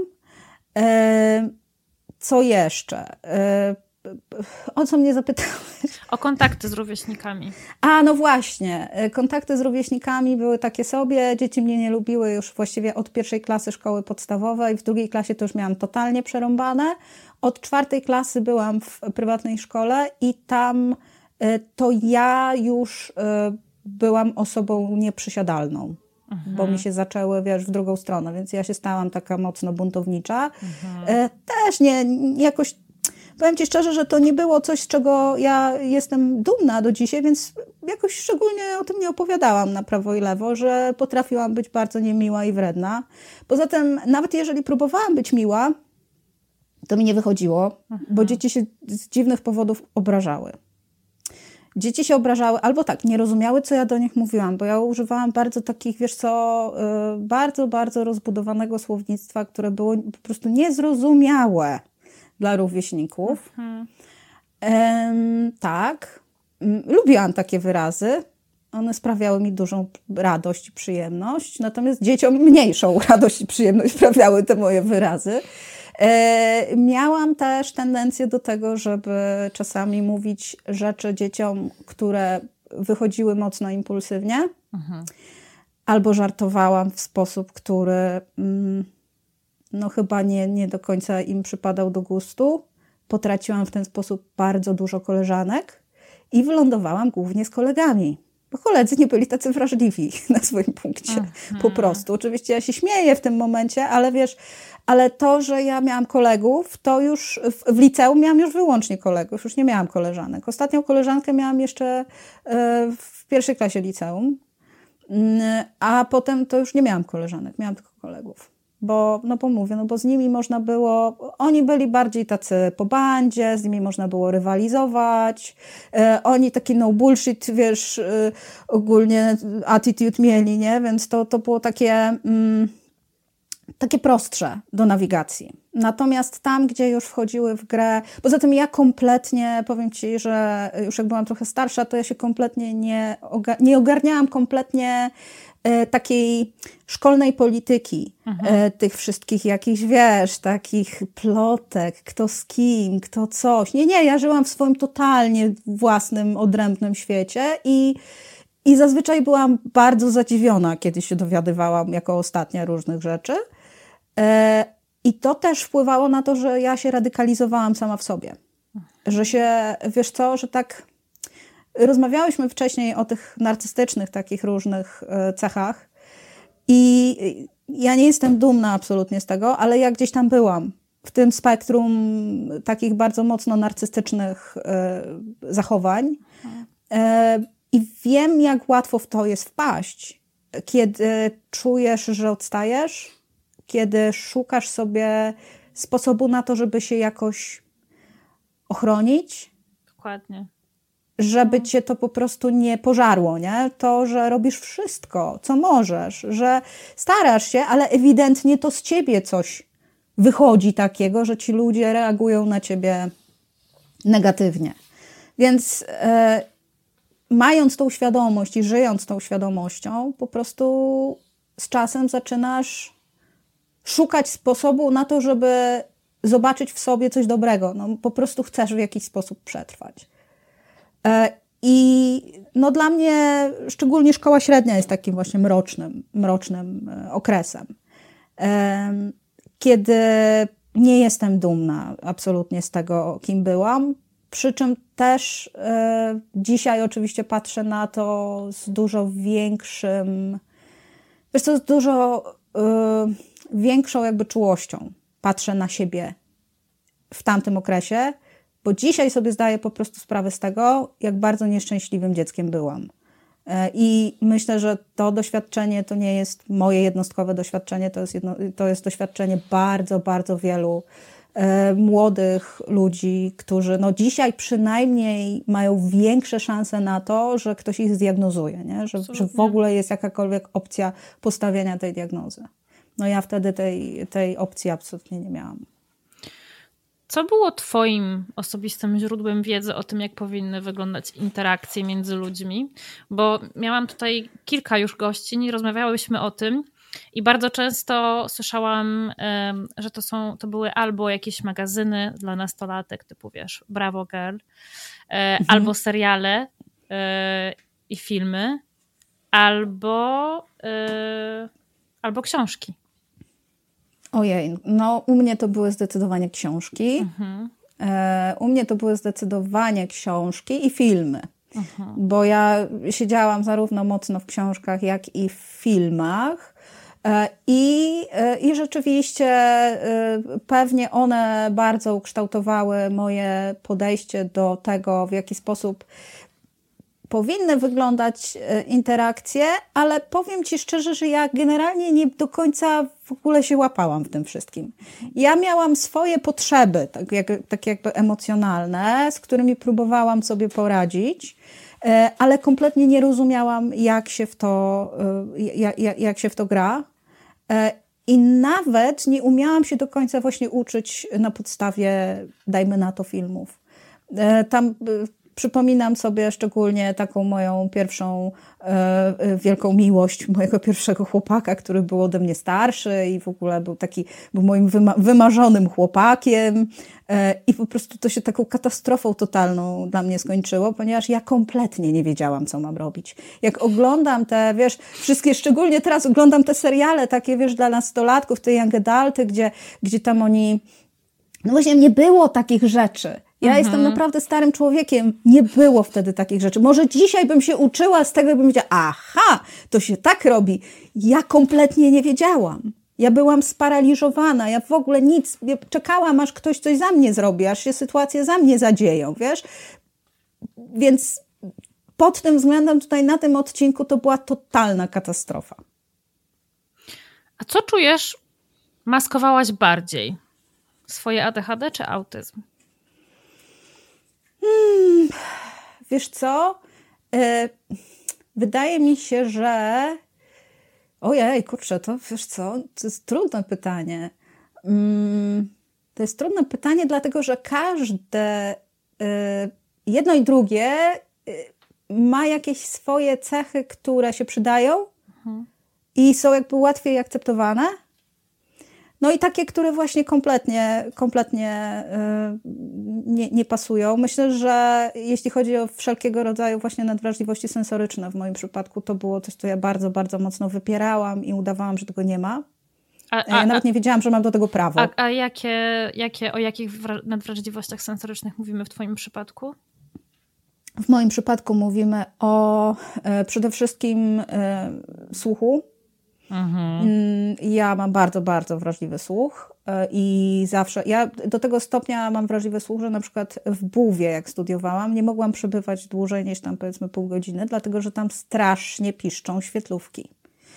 Co jeszcze? O co mnie zapytałeś? O kontakty z rówieśnikami. No właśnie. Kontakty z rówieśnikami były takie sobie. Dzieci mnie nie lubiły już właściwie od 1. klasy szkoły podstawowej. W 2. klasie to już miałam totalnie przerąbane. Od 4. klasy byłam w prywatnej szkole i tam to ja już byłam osobą nieprzysiadalną. Bo mi się zaczęły, w drugą stronę, więc ja się stałam taka mocno buntownicza. Też nie jakoś, powiem Ci szczerze, że to nie było coś, z czego ja jestem dumna do dzisiaj, więc jakoś szczególnie o tym nie opowiadałam na prawo i lewo, że potrafiłam być bardzo niemiła i wredna. Poza tym, nawet jeżeli próbowałam być miła, to mi nie wychodziło, bo dzieci się z dziwnych powodów obrażały. Dzieci się obrażały, albo tak, nie rozumiały, co ja do nich mówiłam, bo ja używałam bardzo takich, bardzo, bardzo rozbudowanego słownictwa, które było po prostu niezrozumiałe dla rówieśników. Tak, lubiłam takie wyrazy. One sprawiały mi dużą radość i przyjemność, natomiast dzieciom mniejszą radość i przyjemność sprawiały te moje wyrazy. Miałam też tendencję do tego, żeby czasami mówić rzeczy dzieciom, które wychodziły mocno impulsywnie, albo żartowałam w sposób, który chyba nie do końca im przypadał do gustu. Potraciłam w ten sposób bardzo dużo koleżanek i wylądowałam głównie z kolegami. Bo koledzy nie byli tacy wrażliwi na swoim punkcie. Po prostu. Oczywiście ja się śmieję w tym momencie, ale ale to, że ja miałam kolegów, to już w liceum miałam już wyłącznie kolegów, już nie miałam koleżanek. Ostatnią koleżankę miałam jeszcze w 1. klasie liceum, a potem to już nie miałam koleżanek, miałam tylko kolegów. Bo z nimi można było, oni byli bardziej tacy po bandzie, z nimi można było rywalizować, oni taki no bullshit, ogólnie attitude mieli, nie? Więc to było takie prostsze do nawigacji. Natomiast tam, gdzie już wchodziły w grę, poza tym ja kompletnie, powiem Ci, że już jak byłam trochę starsza, to ja się kompletnie nie ogarniałam kompletnie takiej szkolnej polityki, tych wszystkich jakichś, takich plotek, kto z kim, kto coś. Nie, ja żyłam w swoim totalnie własnym, odrębnym świecie i zazwyczaj byłam bardzo zadziwiona, kiedy się dowiadywałam jako ostatnia różnych rzeczy. I to też wpływało na to, że ja się radykalizowałam sama w sobie. Że się, że tak rozmawiałyśmy wcześniej o tych narcystycznych takich różnych cechach i ja nie jestem dumna absolutnie z tego, ale ja gdzieś tam byłam w tym spektrum takich bardzo mocno narcystycznych zachowań i wiem, jak łatwo w to jest wpaść, kiedy czujesz, że odstajesz, kiedy szukasz sobie sposobu na to, żeby się jakoś ochronić. Dokładnie. Żeby cię to po prostu nie pożarło, nie? To, że robisz wszystko, co możesz, że starasz się, ale ewidentnie to z ciebie coś wychodzi takiego, że ci ludzie reagują na ciebie negatywnie. Więc mając tą świadomość i żyjąc tą świadomością, po prostu z czasem zaczynasz szukać sposobu na to, żeby zobaczyć w sobie coś dobrego. No, po prostu chcesz w jakiś sposób przetrwać. I no, dla mnie szczególnie szkoła średnia jest takim właśnie mrocznym okresem. Kiedy nie jestem dumna absolutnie z tego, kim byłam, przy czym też dzisiaj oczywiście patrzę na to z dużo większym, z dużo większą jakby czułością. Patrzę na siebie w tamtym okresie, bo dzisiaj sobie zdaję po prostu sprawę z tego, jak bardzo nieszczęśliwym dzieckiem byłam. I myślę, że to doświadczenie to nie jest moje jednostkowe doświadczenie, to jest doświadczenie bardzo, bardzo wielu młodych ludzi, którzy no dzisiaj przynajmniej mają większe szanse na to, że ktoś ich zdiagnozuje, nie? Że w ogóle jest jakakolwiek opcja postawienia tej diagnozy. No ja wtedy tej opcji absolutnie nie miałam. Co było twoim osobistym źródłem wiedzy o tym, jak powinny wyglądać interakcje między ludźmi? Bo miałam tutaj kilka już gościń i rozmawiałyśmy o tym i bardzo często słyszałam, że to były albo jakieś magazyny dla nastolatek, typu wiesz, Bravo Girl, albo seriale i filmy, albo książki. Ojej, no u mnie to były zdecydowanie książki. U mnie to były zdecydowanie książki i filmy. Bo ja siedziałam zarówno mocno w książkach, jak i w filmach. I rzeczywiście pewnie one bardzo ukształtowały moje podejście do tego, w jaki sposób powinny wyglądać interakcje, ale powiem ci szczerze, że ja generalnie nie do końca w ogóle się łapałam w tym wszystkim. Ja miałam swoje potrzeby, tak jakby emocjonalne, z którymi próbowałam sobie poradzić, ale kompletnie nie rozumiałam, jak się w to gra. I nawet nie umiałam się do końca właśnie uczyć na podstawie, dajmy na to, filmów. Tam przypominam sobie szczególnie taką moją pierwszą wielką miłość mojego pierwszego chłopaka, który był ode mnie starszy i w ogóle był moim wymarzonym chłopakiem i po prostu to się taką katastrofą totalną dla mnie skończyło, ponieważ ja kompletnie nie wiedziałam, co mam robić. Jak oglądam te, wiesz, wszystkie, szczególnie teraz oglądam te seriale takie, wiesz, dla nastolatków, te young adulty, gdzie tam oni, no właśnie nie było takich rzeczy. Ja jestem naprawdę starym człowiekiem. Nie było wtedy takich rzeczy. Może dzisiaj bym się uczyła z tego, bym wiedziała, aha, to się tak robi. Ja kompletnie nie wiedziałam. Ja byłam sparaliżowana. Ja w ogóle nic. Ja czekałam, aż ktoś coś za mnie zrobi, aż się sytuacje za mnie zadzieją, wiesz? Więc pod tym względem tutaj na tym odcinku to była totalna katastrofa. A co czujesz, maskowałaś bardziej? Swoje ADHD czy autyzm? Wiesz co? Wydaje mi się, że ojej, kurczę, to wiesz co? To jest trudne pytanie. To jest trudne pytanie, dlatego że każde jedno i drugie ma jakieś swoje cechy, które się przydają i są jakby łatwiej akceptowane. No i takie, które właśnie kompletnie nie pasują. Myślę, że jeśli chodzi o wszelkiego rodzaju właśnie nadwrażliwości sensoryczne, w moim przypadku to było coś, co ja bardzo, bardzo mocno wypierałam i udawałam, że tego nie ma. Ja nawet nie wiedziałam, że mam do tego prawo. A o jakich nadwrażliwościach sensorycznych mówimy w twoim przypadku? W moim przypadku mówimy o przede wszystkim słuchu. Ja mam bardzo, bardzo wrażliwy słuch i zawsze, ja do tego stopnia mam wrażliwy słuch, że na przykład w Bułwie, jak studiowałam, nie mogłam przebywać dłużej niż tam powiedzmy pół godziny, dlatego że tam strasznie piszczą świetlówki.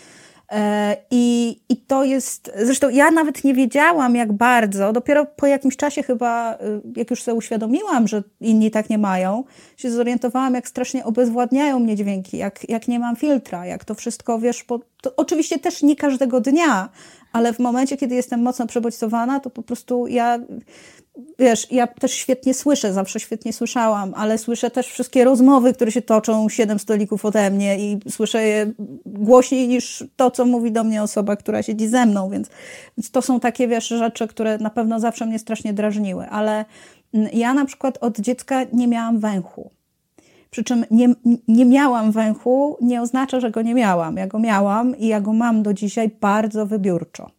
I to jest, zresztą ja nawet nie wiedziałam jak bardzo, dopiero po jakimś czasie chyba, jak już sobie uświadomiłam, że inni tak nie mają, się zorientowałam, jak strasznie obezwładniają mnie dźwięki, jak nie mam filtra, jak to wszystko, wiesz, to oczywiście też nie każdego dnia, ale w momencie, kiedy jestem mocno przebodźcowana, to po prostu ja też świetnie słyszę, zawsze świetnie słyszałam, ale słyszę też wszystkie rozmowy, które się toczą 7 stolików ode mnie i słyszę je głośniej niż to, co mówi do mnie osoba, która siedzi ze mną, więc to są takie, rzeczy, które na pewno zawsze mnie strasznie drażniły, ale ja na przykład od dziecka nie miałam węchu. Przy czym nie miałam węchu nie oznacza, że go nie miałam. Ja go miałam i ja go mam do dzisiaj bardzo wybiórczo.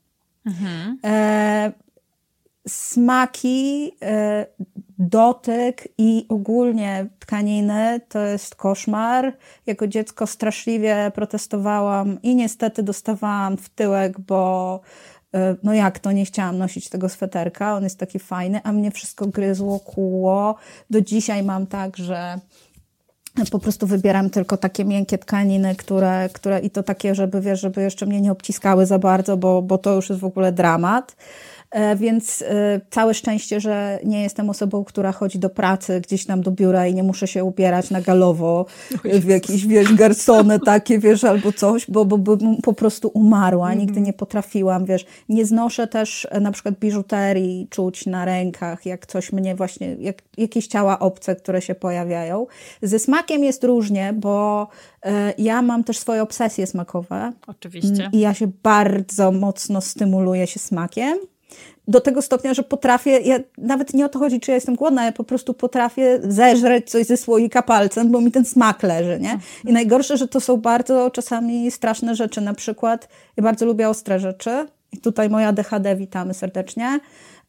Smaki, dotyk i ogólnie tkaniny to jest koszmar. Jako dziecko straszliwie protestowałam i niestety dostawałam w tyłek, bo no jak to, nie chciałam nosić tego sweterka, on jest taki fajny, a mnie wszystko gryzło, kłuło. Do dzisiaj mam tak, że po prostu wybieram tylko takie miękkie tkaniny, które i to takie, żeby jeszcze mnie nie obciskały za bardzo, bo to już jest w ogóle dramat. Więc całe szczęście, że nie jestem osobą, która chodzi do pracy gdzieś tam do biura i nie muszę się ubierać na galowo w jakieś, garsony takie, albo coś, bo bym po prostu umarła. Nigdy nie potrafiłam, Nie znoszę też na przykład biżuterii czuć na rękach, jak coś mnie właśnie, jak jakieś ciała obce, które się pojawiają. Ze smakiem jest różnie, bo ja mam też swoje obsesje smakowe. Oczywiście. I ja się bardzo mocno stymuluję się smakiem. Do tego stopnia, że potrafię, nawet nie o to chodzi, czy ja jestem głodna, ja po prostu potrafię zeżreć coś ze słoika palcem, bo mi ten smak leży, nie? I najgorsze, że to są bardzo czasami straszne rzeczy. Na przykład ja bardzo lubię ostre rzeczy i tutaj moja DHD, witamy serdecznie.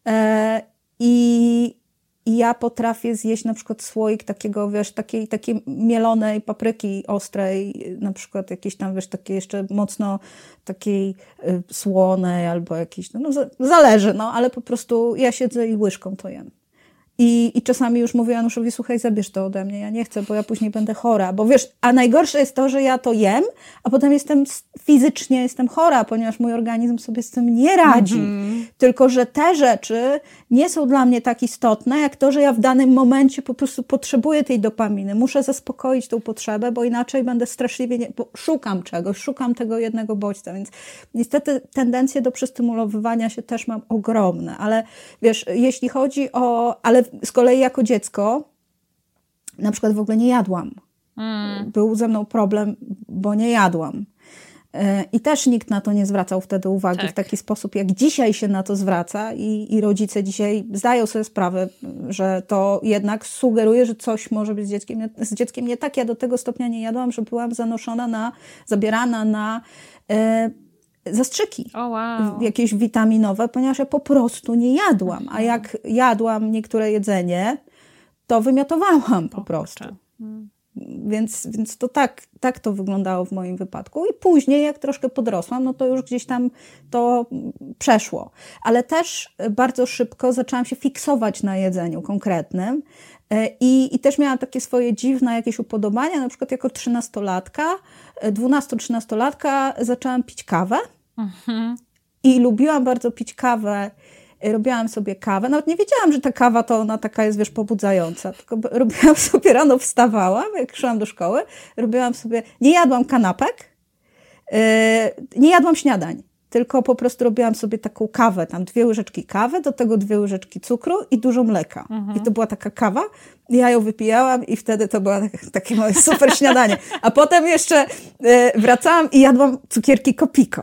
I ja potrafię zjeść na przykład słoik takiego, takiej mielonej papryki ostrej, na przykład jakieś tam, takie jeszcze mocno takiej słonej albo jakiejś, zależy, ale po prostu ja siedzę i łyżką to jem. I czasami już mówię Januszowi, słuchaj, zabierz to ode mnie, ja nie chcę, bo ja później będę chora. Bo a najgorsze jest to, że ja to jem, a potem fizycznie jestem chora, ponieważ mój organizm sobie z tym nie radzi. Tylko że te rzeczy nie są dla mnie tak istotne, jak to, że ja w danym momencie po prostu potrzebuję tej dopaminy. Muszę zaspokoić tą potrzebę, bo inaczej będę straszliwie... bo szukam czegoś, szukam tego jednego bodźca, więc niestety tendencje do przystymulowywania się też mam ogromne. Ale jeśli chodzi ale z kolei jako dziecko na przykład w ogóle nie jadłam. Był ze mną problem, bo nie jadłam. I też nikt na to nie zwracał wtedy uwagi w taki sposób, jak dzisiaj się na to zwraca i rodzice dzisiaj zdają sobie sprawę, że to jednak sugeruje, że coś może być z dzieckiem nie tak. Ja do tego stopnia nie jadłam, że byłam zabierana na zastrzyki jakieś witaminowe, ponieważ ja po prostu nie jadłam. A jak jadłam niektóre jedzenie, to wymiotowałam po prostu. Więc to tak to wyglądało w moim wypadku. I później, jak troszkę podrosłam, to już gdzieś tam to przeszło. Ale też bardzo szybko zaczęłam się fiksować na jedzeniu konkretnym. I też miałam takie swoje dziwne jakieś upodobania. Na przykład jako 12-13-latka zaczęłam pić kawę. I lubiłam bardzo pić kawę. Robiłam sobie kawę. Nawet nie wiedziałam, że ta kawa to ona taka jest, pobudzająca. Tylko robiłam sobie, rano wstawałam, jak szłam do szkoły, nie jadłam kanapek, nie jadłam śniadań, tylko po prostu robiłam sobie taką kawę, tam 2 łyżeczki kawy, do tego 2 łyżeczki cukru i dużo mleka. I to była taka kawa, ja ją wypijałam i wtedy to było takie moje super śniadanie. A potem jeszcze wracałam i jadłam cukierki Kopiko.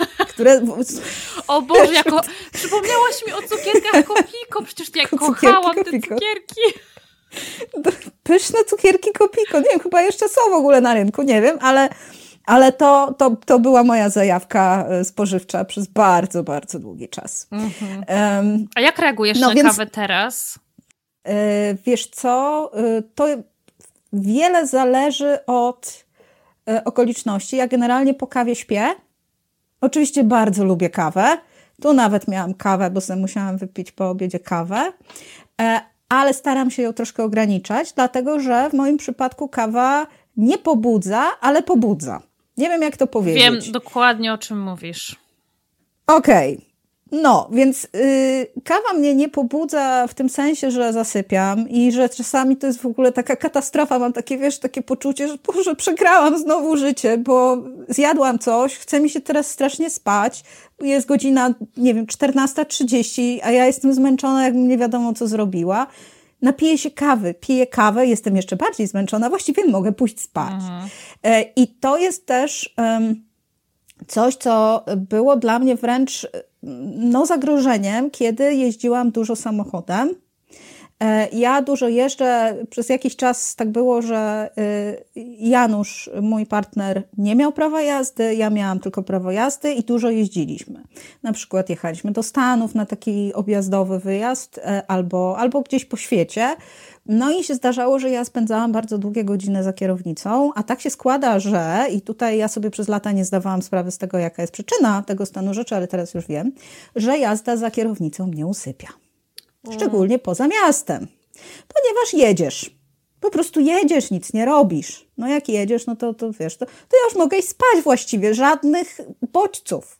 O Boże, przypomniałaś mi o cukierkach Kopiko, przecież ja kochałam te cukierki. Pyszne cukierki Kopiko, nie wiem, chyba jeszcze są w ogóle na rynku, nie wiem, ale to była moja zajawka spożywcza przez bardzo, bardzo długi czas. A jak reagujesz na kawę teraz? Wiesz co, to wiele zależy od okoliczności. Ja generalnie po kawie śpię. Oczywiście bardzo lubię kawę. Tu nawet miałam kawę, bo sobie musiałam wypić po obiedzie kawę. Ale staram się ją troszkę ograniczać, dlatego że w moim przypadku kawa nie pobudza, ale pobudza. Nie wiem, jak to powiedzieć. Wiem dokładnie, o czym mówisz. Okej. No, więc kawa mnie nie pobudza w tym sensie, że zasypiam i że czasami to jest w ogóle taka katastrofa. Mam takie, wiesz, takie poczucie, że Boże, przegrałam znowu życie, bo zjadłam coś, chce mi się teraz strasznie spać. Jest godzina, nie wiem, 14:30, a ja jestem zmęczona, jakbym nie wiadomo co zrobiła. Napiję się kawy, piję kawę, jestem jeszcze bardziej zmęczona, właściwie mogę pójść spać. I to jest też coś, co było dla mnie wręcz zagrożeniem, kiedy jeździłam dużo samochodem. Ja dużo jeżdżę, przez jakiś czas tak było, że Janusz, mój partner, nie miał prawa jazdy, ja miałam tylko prawo jazdy i dużo jeździliśmy. Na przykład jechaliśmy do Stanów na taki objazdowy wyjazd albo gdzieś po świecie. No i się zdarzało, że ja spędzałam bardzo długie godziny za kierownicą, a tak się składa, że, i tutaj ja sobie przez lata nie zdawałam sprawy z tego, jaka jest przyczyna tego stanu rzeczy, ale teraz już wiem, że jazda za kierownicą mnie usypia. Szczególnie poza miastem, ponieważ jedziesz. Po prostu jedziesz, nic nie robisz. No jak jedziesz, no to wiesz, to ja już mogę spać właściwie, żadnych bodźców.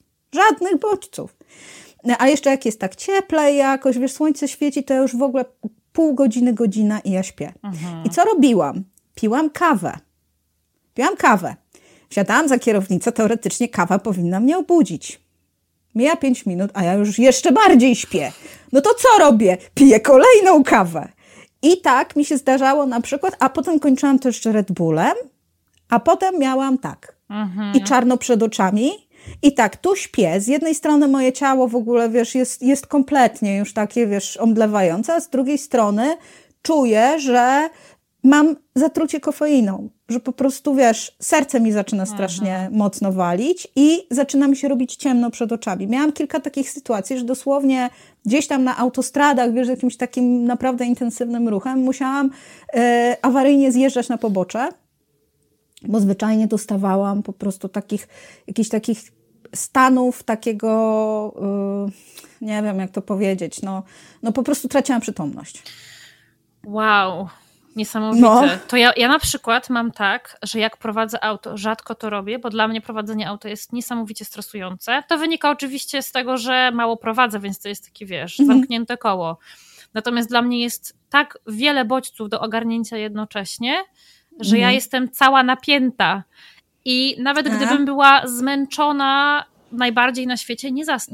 A jeszcze jak jest tak cieplej jakoś, wiesz, słońce świeci, to ja już w ogóle pół godziny, godzina i ja śpię. I co robiłam? Piłam kawę. Wsiadałam za kierownicę, teoretycznie kawa powinna mnie obudzić. Mija 5 minut, a ja już jeszcze bardziej śpię. No to co robię? Piję kolejną kawę. I tak mi się zdarzało na przykład, a potem kończyłam to jeszcze Red Bullem, a potem miałam tak. I czarno przed oczami. I tak, tu śpię. Z jednej strony moje ciało w ogóle, wiesz, jest kompletnie już takie, wiesz, omdlewające, a z drugiej strony czuję, że mam zatrucie kofeiną, że po prostu, wiesz, serce mi zaczyna strasznie mocno walić i zaczyna mi się robić ciemno przed oczami. Miałam kilka takich sytuacji, że dosłownie gdzieś tam na autostradach, wiesz, jakimś takim naprawdę intensywnym ruchem musiałam awaryjnie zjeżdżać na pobocze, bo zwyczajnie dostawałam po prostu jakichś takich stanów takiego, nie wiem jak to powiedzieć, no po prostu traciłam przytomność. Wow, niesamowite. No. To ja na przykład mam tak, że jak prowadzę auto, rzadko to robię, bo dla mnie prowadzenie auta jest niesamowicie stresujące. To wynika oczywiście z tego, że mało prowadzę, więc to jest takie, wiesz, zamknięte koło. Natomiast dla mnie jest tak wiele bodźców do ogarnięcia jednocześnie, że ja jestem cała napięta i nawet gdybym była zmęczona najbardziej na świecie,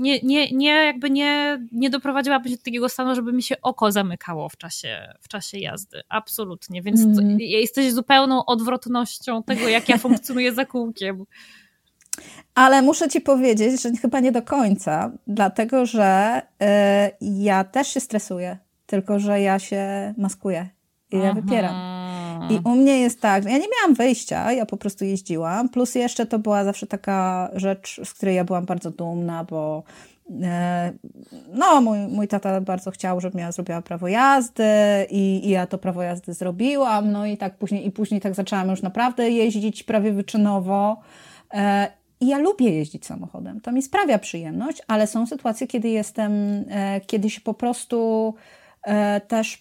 nie doprowadziłabym się do takiego stanu, żeby mi się oko zamykało w czasie jazdy. Absolutnie. Więc jesteś zupełną odwrotnością tego, jak ja funkcjonuję za kółkiem. Ale muszę ci powiedzieć, że chyba nie do końca, dlatego że ja też się stresuję, tylko że ja się maskuję i ja wypieram. I u mnie jest tak, że ja nie miałam wyjścia, ja po prostu jeździłam, plus jeszcze to była zawsze taka rzecz, z której ja byłam bardzo dumna, bo mój tata bardzo chciał, żebym ja zrobiła prawo jazdy i ja to prawo jazdy zrobiłam, no i tak później tak zaczęłam już naprawdę jeździć prawie wyczynowo. I ja lubię jeździć samochodem, to mi sprawia przyjemność, ale są sytuacje, kiedy się po prostu też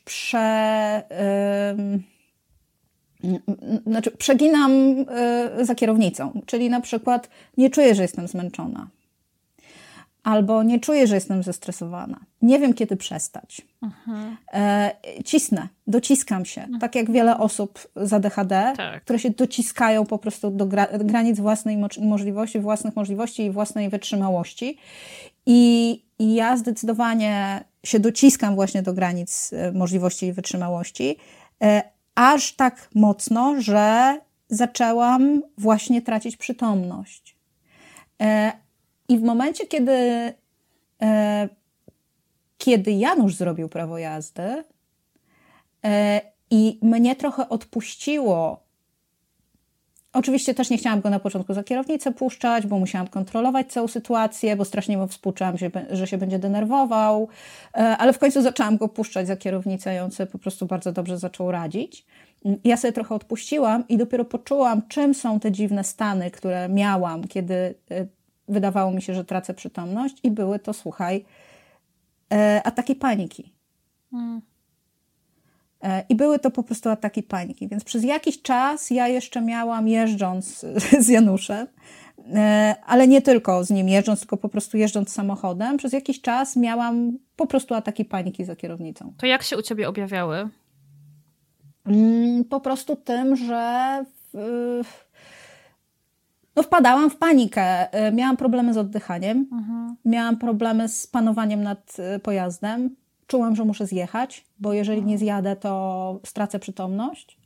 przeginam za kierownicą, czyli na przykład nie czuję, że jestem zmęczona albo nie czuję, że jestem zestresowana. Nie wiem, kiedy przestać. Cisnę, dociskam się, tak jak wiele osób z ADHD, które się dociskają po prostu do granic własnych możliwości i własnej wytrzymałości. I ja zdecydowanie się dociskam właśnie do granic możliwości i wytrzymałości, aż tak mocno, że zaczęłam właśnie tracić przytomność. I w momencie, kiedy Janusz zrobił prawo jazdy i mnie trochę odpuściło, oczywiście też nie chciałam go na początku za kierownicę puszczać, bo musiałam kontrolować całą sytuację, bo strasznie mu współczułam, że się będzie denerwował, ale w końcu zaczęłam go puszczać za kierownicę i on sobie po prostu bardzo dobrze zaczął radzić. Ja sobie trochę odpuściłam i dopiero poczułam, czym są te dziwne stany, które miałam, kiedy wydawało mi się, że tracę przytomność i były to, słuchaj, ataki paniki. I były to po prostu ataki paniki. Więc przez jakiś czas ja jeszcze miałam, jeżdżąc z Januszem, ale nie tylko z nim jeżdżąc, tylko po prostu jeżdżąc samochodem, przez jakiś czas miałam po prostu ataki paniki za kierownicą. To jak się u ciebie objawiały? Po prostu tym, że wpadałam w panikę. Miałam problemy z oddychaniem, miałam problemy z panowaniem nad pojazdem. Czułam, że muszę zjechać, bo jeżeli nie zjadę, to stracę przytomność.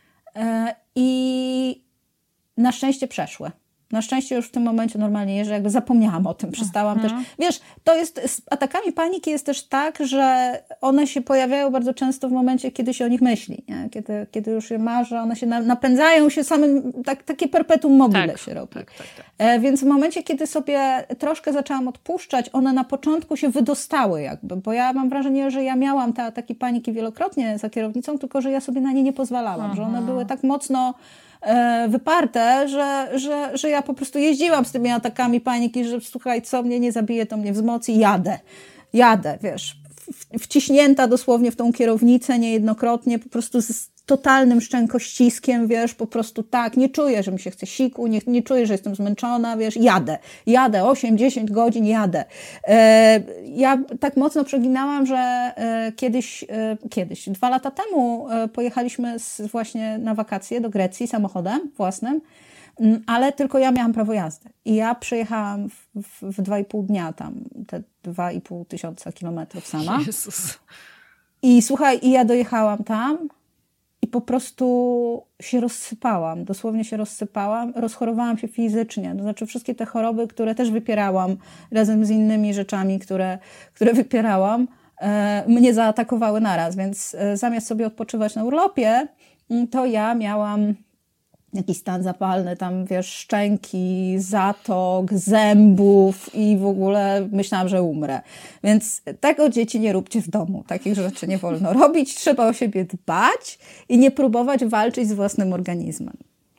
I na szczęście przeszły. Na szczęście już w tym momencie normalnie jeżdżę, jakby zapomniałam o tym, przestałam też. Wiesz, to jest, z atakami paniki jest też tak, że one się pojawiają bardzo często w momencie, kiedy się o nich myśli, nie? Kiedy już je marzę, one się napędzają się samym, takie perpetuum mobile się robi. Tak. Więc w momencie, kiedy sobie troszkę zaczęłam odpuszczać, one na początku się wydostały jakby, bo ja mam wrażenie, że ja miałam te ataki paniki wielokrotnie za kierownicą, tylko że ja sobie na nie nie pozwalałam, że one były tak mocno wyparte, że ja po prostu jeździłam z tymi atakami paniki, że słuchaj, co mnie nie zabije, to mnie wzmocni, jadę, wiesz, wciśnięta dosłownie w tą kierownicę niejednokrotnie, po prostu z totalnym szczękościskiem, wiesz, po prostu tak, nie czuję, że mi się chce siku, nie czuję, że jestem zmęczona, wiesz, jadę, 8-10 godzin jadę. Ja tak mocno przeginałam, że kiedyś, 2 lata temu pojechaliśmy właśnie na wakacje do Grecji samochodem własnym, ale tylko ja miałam prawo jazdy. I ja przejechałam w 2,5 dnia tam, te 2,5 tysiąca kilometrów sama. Jezus. I słuchaj, ja dojechałam tam i po prostu się rozsypałam, dosłownie się rozsypałam, rozchorowałam się fizycznie, to znaczy wszystkie te choroby, które też wypierałam razem z innymi rzeczami, które wypierałam, mnie zaatakowały naraz, więc zamiast sobie odpoczywać na urlopie, to ja miałam jakiś stan zapalny, tam wiesz, szczęki, zatok, zębów i w ogóle myślałam, że umrę. Więc tego dzieci nie róbcie w domu. Takich rzeczy nie wolno robić. Trzeba o siebie dbać i nie próbować walczyć z własnym organizmem.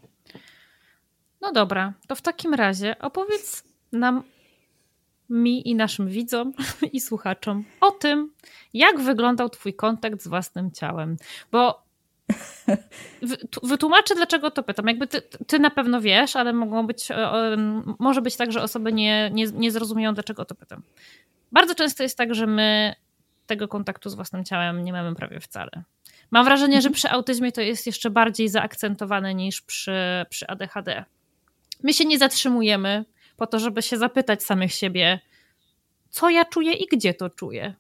No dobra, to w takim razie opowiedz nam, mi i naszym widzom i słuchaczom o tym, jak wyglądał twój kontakt z własnym ciałem. Bo wytłumaczę, dlaczego to pytam. Jakby ty na pewno wiesz, ale może być tak, że osoby nie zrozumieją, dlaczego to pytam. Bardzo często jest tak, że my tego kontaktu z własnym ciałem nie mamy prawie wcale. Mam wrażenie, że przy autyzmie to jest jeszcze bardziej zaakcentowane niż przy ADHD. My się nie zatrzymujemy po to, żeby się zapytać samych siebie, co ja czuję i gdzie to czuję.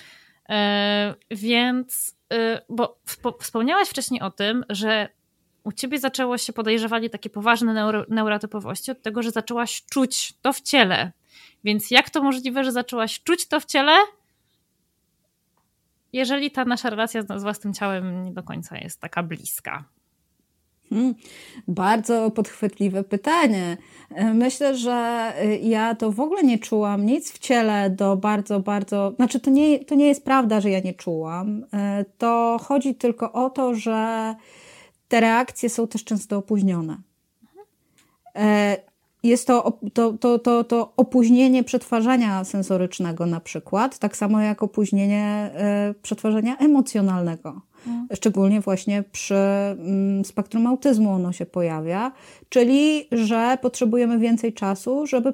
Więc, bo wspomniałaś wcześniej o tym, że u ciebie zaczęło się podejrzewanie takie poważne neurotypowości od tego, że zaczęłaś czuć to w ciele. Więc jak to możliwe, że zaczęłaś czuć to w ciele, jeżeli ta nasza relacja z własnym ciałem nie do końca jest taka bliska? Bardzo podchwytliwe pytanie. Myślę, że ja to w ogóle nie czułam nic w ciele do bardzo, znaczy to nie jest prawda, że ja nie czułam. To chodzi tylko o to, że te reakcje są też często opóźnione. Jest to opóźnienie przetwarzania sensorycznego na przykład, tak samo jak opóźnienie przetwarzania emocjonalnego. Szczególnie właśnie przy spektrum autyzmu ono się pojawia, czyli że potrzebujemy więcej czasu, żeby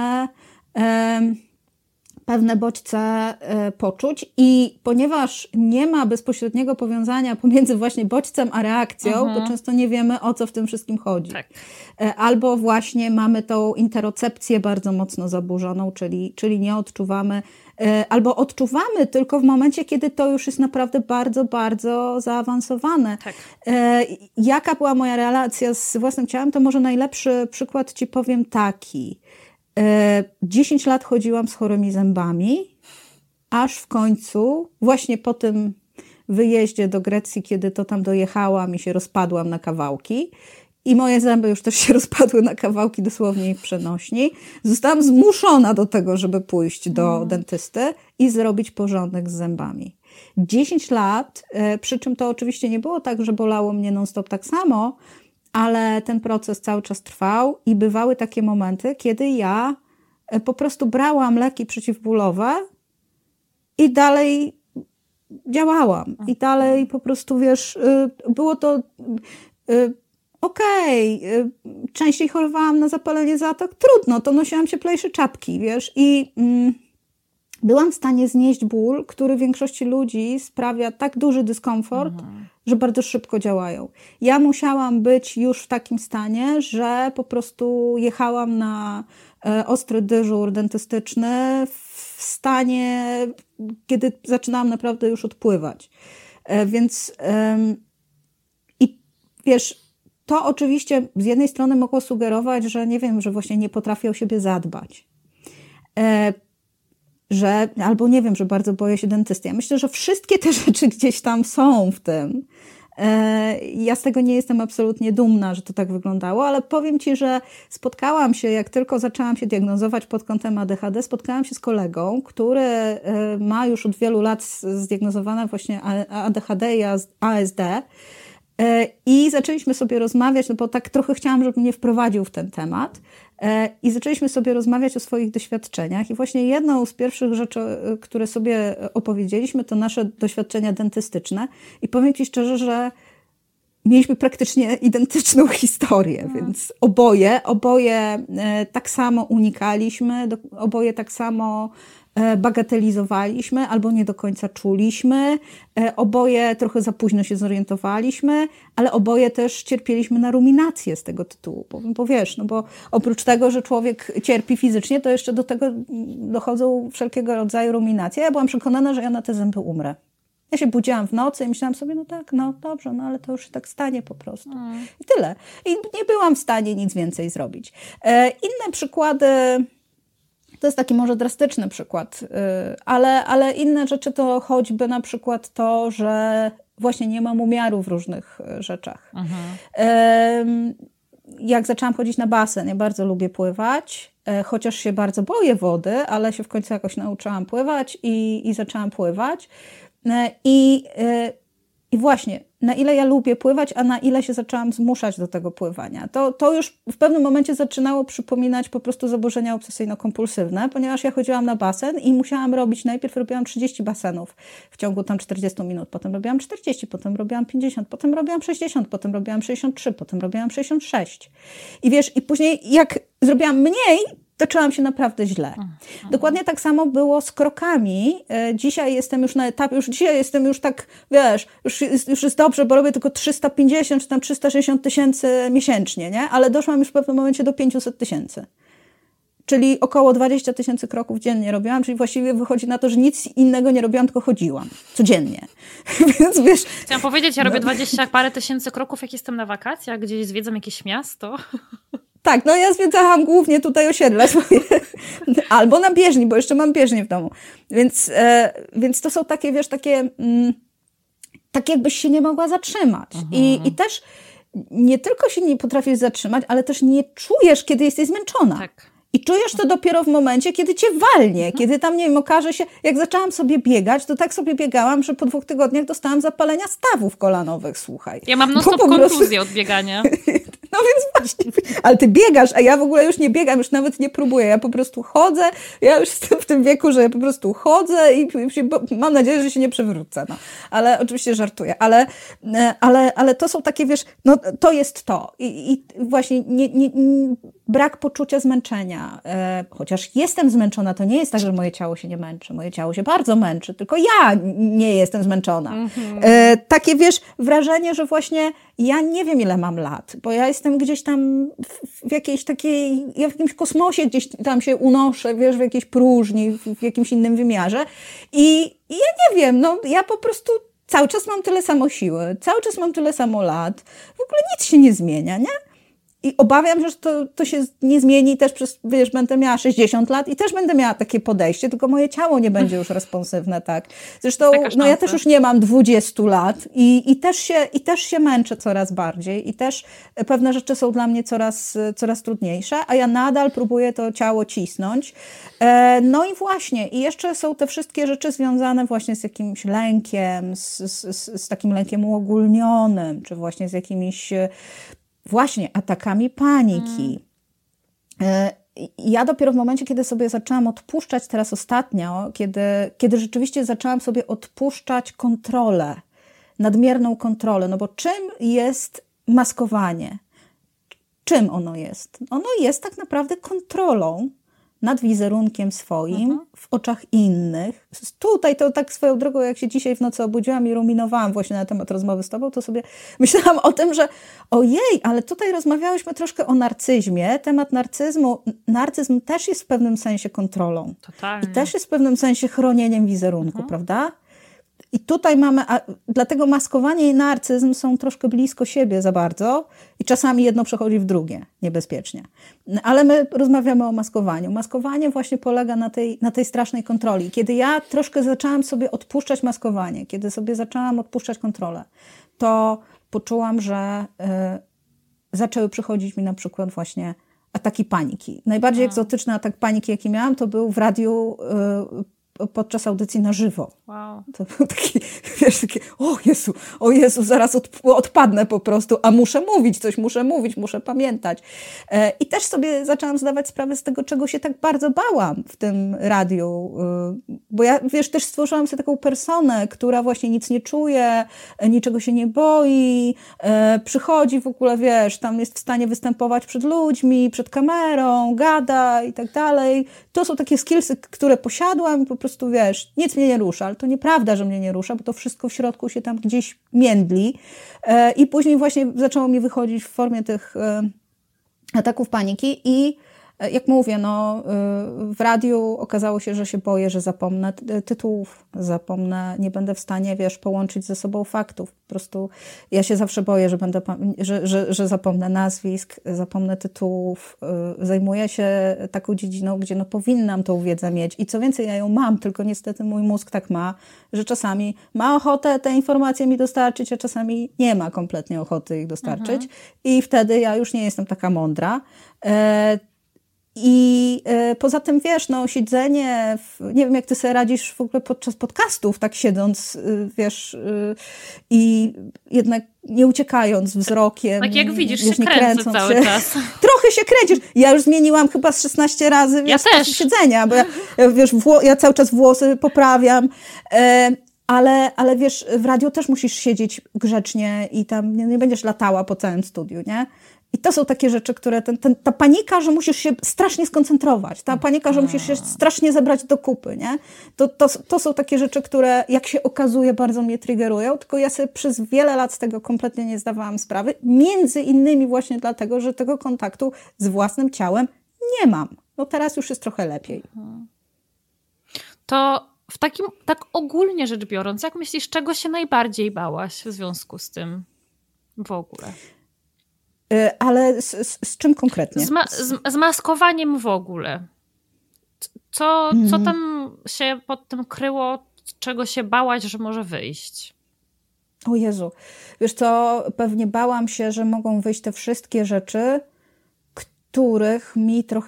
pewne bodźce poczuć i ponieważ nie ma bezpośredniego powiązania pomiędzy właśnie bodźcem a reakcją, to często nie wiemy, o co w tym wszystkim chodzi. Tak. Albo właśnie mamy tą interocepcję bardzo mocno zaburzoną, czyli nie odczuwamy, albo odczuwamy tylko w momencie, kiedy to już jest naprawdę bardzo, bardzo zaawansowane. Tak. Jaka była moja relacja z własnym ciałem, to może najlepszy przykład ci powiem taki. 10 lat chodziłam z chorymi zębami, aż w końcu, właśnie po tym wyjeździe do Grecji, kiedy to tam dojechałam i się rozpadłam na kawałki i moje zęby już też się rozpadły na kawałki dosłownie i w przenośni, zostałam zmuszona do tego, żeby pójść do dentysty i zrobić porządek z zębami. 10 lat, przy czym to oczywiście nie było tak, że bolało mnie non-stop tak samo, ale ten proces cały czas trwał i bywały takie momenty, kiedy ja po prostu brałam leki przeciwbólowe i dalej działałam. I dalej po prostu, wiesz, było to częściej chorowałam na zapalenie zatok, trudno, to nosiłam cieplejsze czapki, wiesz, i byłam w stanie znieść ból, który większości ludzi sprawia tak duży dyskomfort, że bardzo szybko działają. Ja musiałam być już w takim stanie, że po prostu jechałam na ostry dyżur dentystyczny w stanie, kiedy zaczynałam naprawdę już odpływać. Więc i wiesz, to oczywiście z jednej strony mogło sugerować, że nie wiem, że właśnie nie potrafię o siebie zadbać. Albo nie wiem, że bardzo boję się dentysty. Ja myślę, że wszystkie te rzeczy gdzieś tam są w tym. Ja z tego nie jestem absolutnie dumna, że to tak wyglądało, ale powiem Ci, że spotkałam się, jak tylko zaczęłam się diagnozować pod kątem ADHD, spotkałam się z kolegą, który ma już od wielu lat zdiagnozowane właśnie ADHD i ASD. I zaczęliśmy sobie rozmawiać, no bo tak trochę chciałam, żeby mnie wprowadził w ten temat. I zaczęliśmy sobie rozmawiać o swoich doświadczeniach. I właśnie jedną z pierwszych rzeczy, które sobie opowiedzieliśmy, to nasze doświadczenia dentystyczne. I powiem Ci szczerze, że mieliśmy praktycznie identyczną historię, więc oboje tak samo unikaliśmy, oboje tak samo bagatelizowaliśmy albo nie do końca czuliśmy, oboje trochę za późno się zorientowaliśmy, ale oboje też cierpieliśmy na ruminację z tego tytułu, bo wiesz, no bo oprócz tego, że człowiek cierpi fizycznie, to jeszcze do tego dochodzą wszelkiego rodzaju ruminacje. Ja byłam przekonana, że ja na te zęby umrę. Ja się budziłam w nocy i myślałam sobie, no tak, no dobrze, no ale to już tak stanie po prostu. I tyle. I nie byłam w stanie nic więcej zrobić. Inne przykłady... To jest taki może drastyczny przykład, ale inne rzeczy to choćby na przykład to, że właśnie nie mam umiaru w różnych rzeczach. Jak zaczęłam chodzić na basen, ja bardzo lubię pływać, chociaż się bardzo boję wody, ale się w końcu jakoś nauczyłam pływać i zaczęłam pływać. I właśnie, na ile ja lubię pływać, a na ile się zaczęłam zmuszać do tego pływania. To już w pewnym momencie zaczynało przypominać po prostu zaburzenia obsesyjno-kompulsywne, ponieważ ja chodziłam na basen i musiałam najpierw robiłam 30 basenów w ciągu tam 40 minut, potem robiłam 40, potem robiłam 50, potem robiłam 60, potem robiłam 63, potem robiłam 66. I wiesz, i później jak zrobiłam mniej, to czułam się naprawdę źle. Dokładnie tak samo było z krokami. Dzisiaj jestem już na etapie, dzisiaj jestem już tak, wiesz, już jest dobrze, bo robię tylko 350 czy tam 360 tysięcy miesięcznie, nie? Ale doszłam już w pewnym momencie do 500 tysięcy. Czyli około 20 tysięcy kroków dziennie robiłam, czyli właściwie wychodzi na to, że nic innego nie robiłam, tylko chodziłam. Codziennie. Więc wiesz... Chciałam powiedzieć, ja robię 20 parę tysięcy kroków, jak jestem na wakacjach, gdzieś zwiedzam jakieś miasto. Tak, no ja zwiedzałam głównie tutaj osiedle swoje, albo na bieżni, bo jeszcze mam bieżnię w domu. Więc to są takie, wiesz, tak jakbyś się nie mogła zatrzymać. I też nie tylko się nie potrafisz zatrzymać, ale też nie czujesz, kiedy jesteś zmęczona. Tak. I czujesz to dopiero w momencie, kiedy cię walnie, kiedy tam, nie wiem, okaże się, jak zaczęłam sobie biegać, to tak sobie biegałam, że po 2 tygodniach dostałam zapalenia stawów kolanowych, słuchaj. Ja mam non-stop konkluzję od biegania. No więc właśnie, ale ty biegasz, a ja w ogóle już nie biegam, już nawet nie próbuję, ja po prostu chodzę, ja już jestem w tym wieku, że ja po prostu chodzę i mam nadzieję, że się nie przewrócę, no. Ale oczywiście żartuję, ale to są takie, wiesz, no to jest to i właśnie brak poczucia zmęczenia, chociaż jestem zmęczona, to nie jest tak, że moje ciało się nie męczy, moje ciało się bardzo męczy, tylko ja nie jestem zmęczona. Takie, wiesz, wrażenie, że właśnie ja nie wiem, ile mam lat, bo ja jestem gdzieś tam w jakiejś takiej, ja w jakimś kosmosie gdzieś tam się unoszę, wiesz, w jakiejś próżni, w jakimś innym wymiarze i ja nie wiem, no ja po prostu cały czas mam tyle samo siły, cały czas mam tyle samo lat, w ogóle nic się nie zmienia, nie? I obawiam się, że to się nie zmieni też wiesz, będę miała 60 lat i też będę miała takie podejście, tylko moje ciało nie będzie już responsywne, tak. Zresztą, no ja też już nie mam 20 lat i też się męczę coraz bardziej i też pewne rzeczy są dla mnie coraz trudniejsze, a ja nadal próbuję to ciało cisnąć. No i właśnie, i jeszcze są te wszystkie rzeczy związane właśnie z jakimś lękiem, z takim lękiem uogólnionym, czy właśnie z jakimiś właśnie atakami paniki. Ja dopiero w momencie, kiedy sobie zaczęłam odpuszczać teraz ostatnio, kiedy rzeczywiście zaczęłam sobie odpuszczać kontrolę, nadmierną kontrolę, no bo czym jest maskowanie? czym ono jest? Ono jest tak naprawdę kontrolą nad wizerunkiem swoim w oczach innych. Tutaj to tak swoją drogą, jak się dzisiaj w nocy obudziłam i ruminowałam właśnie na temat rozmowy z tobą, to sobie myślałam o tym, że ojej, ale tutaj rozmawiałyśmy troszkę o narcyzmie. Temat narcyzmu. Narcyzm też jest w pewnym sensie kontrolą. Totalnie. I też jest w pewnym sensie chronieniem wizerunku, prawda? I tutaj mamy, dlatego maskowanie i narcyzm są troszkę blisko siebie za bardzo i czasami jedno przechodzi w drugie niebezpiecznie. Ale my rozmawiamy o maskowaniu. Maskowanie właśnie polega na tej strasznej kontroli. Kiedy ja troszkę zaczęłam sobie odpuszczać maskowanie, kiedy sobie zaczęłam odpuszczać kontrolę, to poczułam, że zaczęły przychodzić mi na przykład właśnie ataki paniki. Najbardziej egzotyczny atak paniki, jaki miałam, to był w radiu podczas audycji na żywo. Wow. To był taki, wiesz, takie, o Jezu, zaraz odpadnę po prostu, a muszę mówić, muszę pamiętać. I też sobie zaczęłam zdawać sprawę z tego, czego się tak bardzo bałam w tym radiu, bo ja, wiesz, też stworzyłam sobie taką personę, która właśnie nic nie czuje, niczego się nie boi, przychodzi w ogóle, wiesz, tam jest w stanie występować przed ludźmi, przed kamerą, gada i tak dalej. To są takie skillsy, które posiadłam i po prostu, wiesz, nic mnie nie rusza, ale to nieprawda, że mnie nie rusza, bo to wszystko w środku się tam gdzieś międli. I później właśnie zaczęło mi wychodzić w formie tych ataków paniki i jak mówię, w radiu okazało się, że się boję, że zapomnę tytułów, nie będę w stanie, wiesz, połączyć ze sobą faktów. Po prostu ja się zawsze boję, że zapomnę nazwisk, zapomnę tytułów. Zajmuję się taką dziedziną, gdzie powinnam tą wiedzę mieć. I co więcej, ja ją mam, tylko niestety mój mózg tak ma, że czasami ma ochotę te informacje mi dostarczyć, a czasami nie ma kompletnie ochoty ich dostarczyć. I wtedy ja już nie jestem taka mądra. I poza tym, wiesz, siedzenie, nie wiem jak ty sobie radzisz w ogóle podczas podcastów, tak siedząc, wiesz, i jednak nie uciekając wzrokiem. Tak jak widzisz, wiesz, się kręcę cały czas. Trochę się kręcisz. Ja już zmieniłam chyba z 16 razy, wiesz, ja też. siedzenia, bo ja cały czas włosy poprawiam. Ale wiesz, w radiu też musisz siedzieć grzecznie i tam nie będziesz latała po całym studiu, nie? I to są takie rzeczy, które ta panika, że musisz się strasznie skoncentrować, ta panika, że musisz się strasznie zebrać do kupy, nie? To są takie rzeczy, które jak się okazuje bardzo mnie triggerują, tylko ja sobie przez wiele lat z tego kompletnie nie zdawałam sprawy, między innymi właśnie dlatego, że tego kontaktu z własnym ciałem nie mam. Teraz już jest trochę lepiej. To tak ogólnie rzecz biorąc, jak myślisz, czego się najbardziej bałaś w związku z tym w ogóle? Ale z czym konkretnie? Z maskowaniem w ogóle. Co tam się pod tym kryło, czego się bałaś, że może wyjść? O Jezu. Wiesz co, pewnie bałam się, że mogą wyjść te wszystkie rzeczy, których mi trochę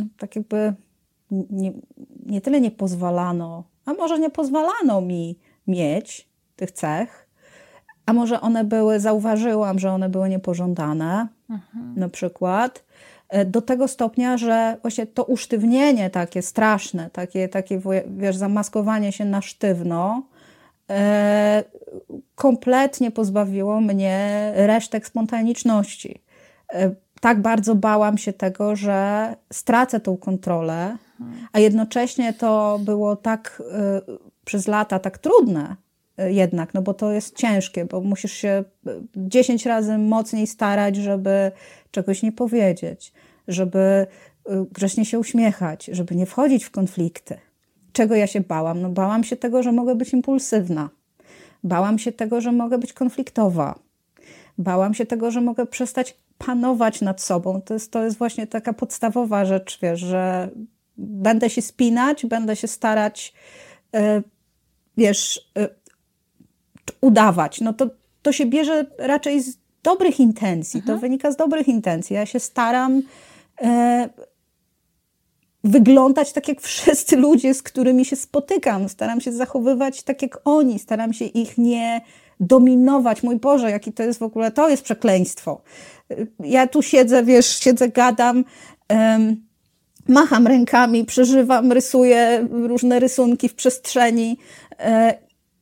nie tyle nie pozwalano, a może nie pozwalano mi mieć tych cech, a może zauważyłam, że one były niepożądane, na przykład, do tego stopnia, że właśnie to usztywnienie takie straszne, takie wiesz, zamaskowanie się na sztywno, kompletnie pozbawiło mnie resztek spontaniczności. Tak bardzo bałam się tego, że stracę tą kontrolę, a jednocześnie to było tak przez lata tak trudne jednak, bo to jest ciężkie, bo musisz się 10 razy mocniej starać, żeby czegoś nie powiedzieć, żeby grzecznie się uśmiechać, żeby nie wchodzić w konflikty. Czego ja się bałam? Bałam się tego, że mogę być impulsywna. Bałam się tego, że mogę być konfliktowa. Bałam się tego, że mogę przestać panować nad sobą. To jest właśnie taka podstawowa rzecz, wiesz, że będę się spinać, będę się starać, wiesz, udawać. To się bierze raczej z dobrych intencji. To wynika z dobrych intencji. Ja się staram wyglądać tak jak wszyscy ludzie, z którymi się spotykam. Staram się zachowywać tak jak oni. Staram się ich nie dominować. Mój Boże, jaki to jest w ogóle, to jest przekleństwo. Ja tu siedzę, wiesz, gadam, macham rękami, przeżywam, rysuję różne rysunki w przestrzeni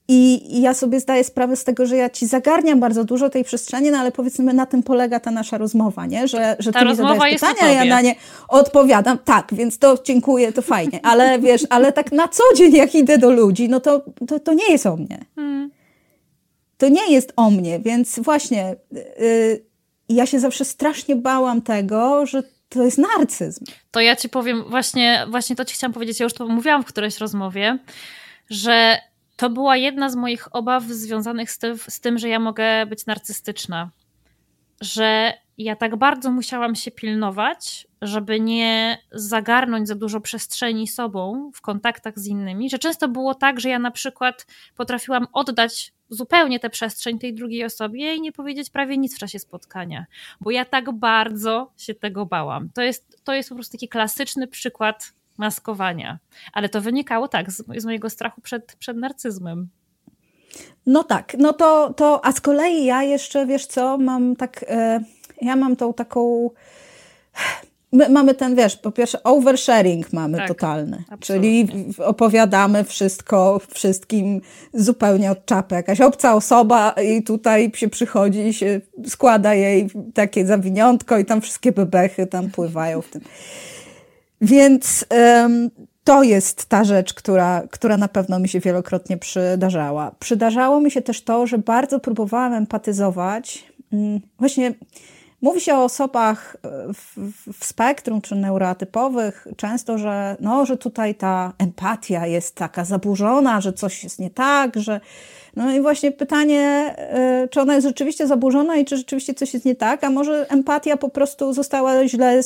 I ja sobie zdaję sprawę z tego, że ja ci zagarniam bardzo dużo tej przestrzeni, no ale powiedzmy na tym polega ta nasza rozmowa, nie? Że ty mi zadajesz pytania, ja na nie odpowiadam. Tak, więc to dziękuję, to fajnie. Ale wiesz, ale tak na co dzień jak idę do ludzi, no to nie jest o mnie. To nie jest o mnie, więc właśnie ja się zawsze strasznie bałam tego, że to jest narcyzm. To ja ci powiem, właśnie to ci chciałam powiedzieć, ja już to mówiłam w którejś rozmowie, że to była jedna z moich obaw związanych z tym, że ja mogę być narcystyczna. Że ja tak bardzo musiałam się pilnować, żeby nie zagarnąć za dużo przestrzeni sobą w kontaktach z innymi, że często było tak, że ja na przykład potrafiłam oddać zupełnie tę przestrzeń tej drugiej osobie i nie powiedzieć prawie nic w czasie spotkania, bo ja tak bardzo się tego bałam. To jest po prostu taki klasyczny przykład maskowania, ale to wynikało tak z mojego strachu przed narcyzmem. No tak, no a z kolei ja jeszcze, wiesz co, mam tak, ja mam tą taką, my mamy ten, wiesz, po pierwsze oversharing mamy totalny, absolutnie. Czyli opowiadamy wszystko wszystkim zupełnie od czapy. Jakaś obca osoba i tutaj się przychodzi i się składa jej takie zawiniątko i tam wszystkie bebechy tam pływają w tym. Więc to jest ta rzecz, która na pewno mi się wielokrotnie przydarzała. Przydarzało mi się też to, że bardzo empatyzować. Właśnie mówi się o osobach w spektrum czy neuroatypowych często, że tutaj ta empatia jest taka zaburzona, że coś jest nie tak, że no i właśnie pytanie, czy ona jest rzeczywiście zaburzona i czy rzeczywiście coś jest nie tak, a może empatia po prostu została źle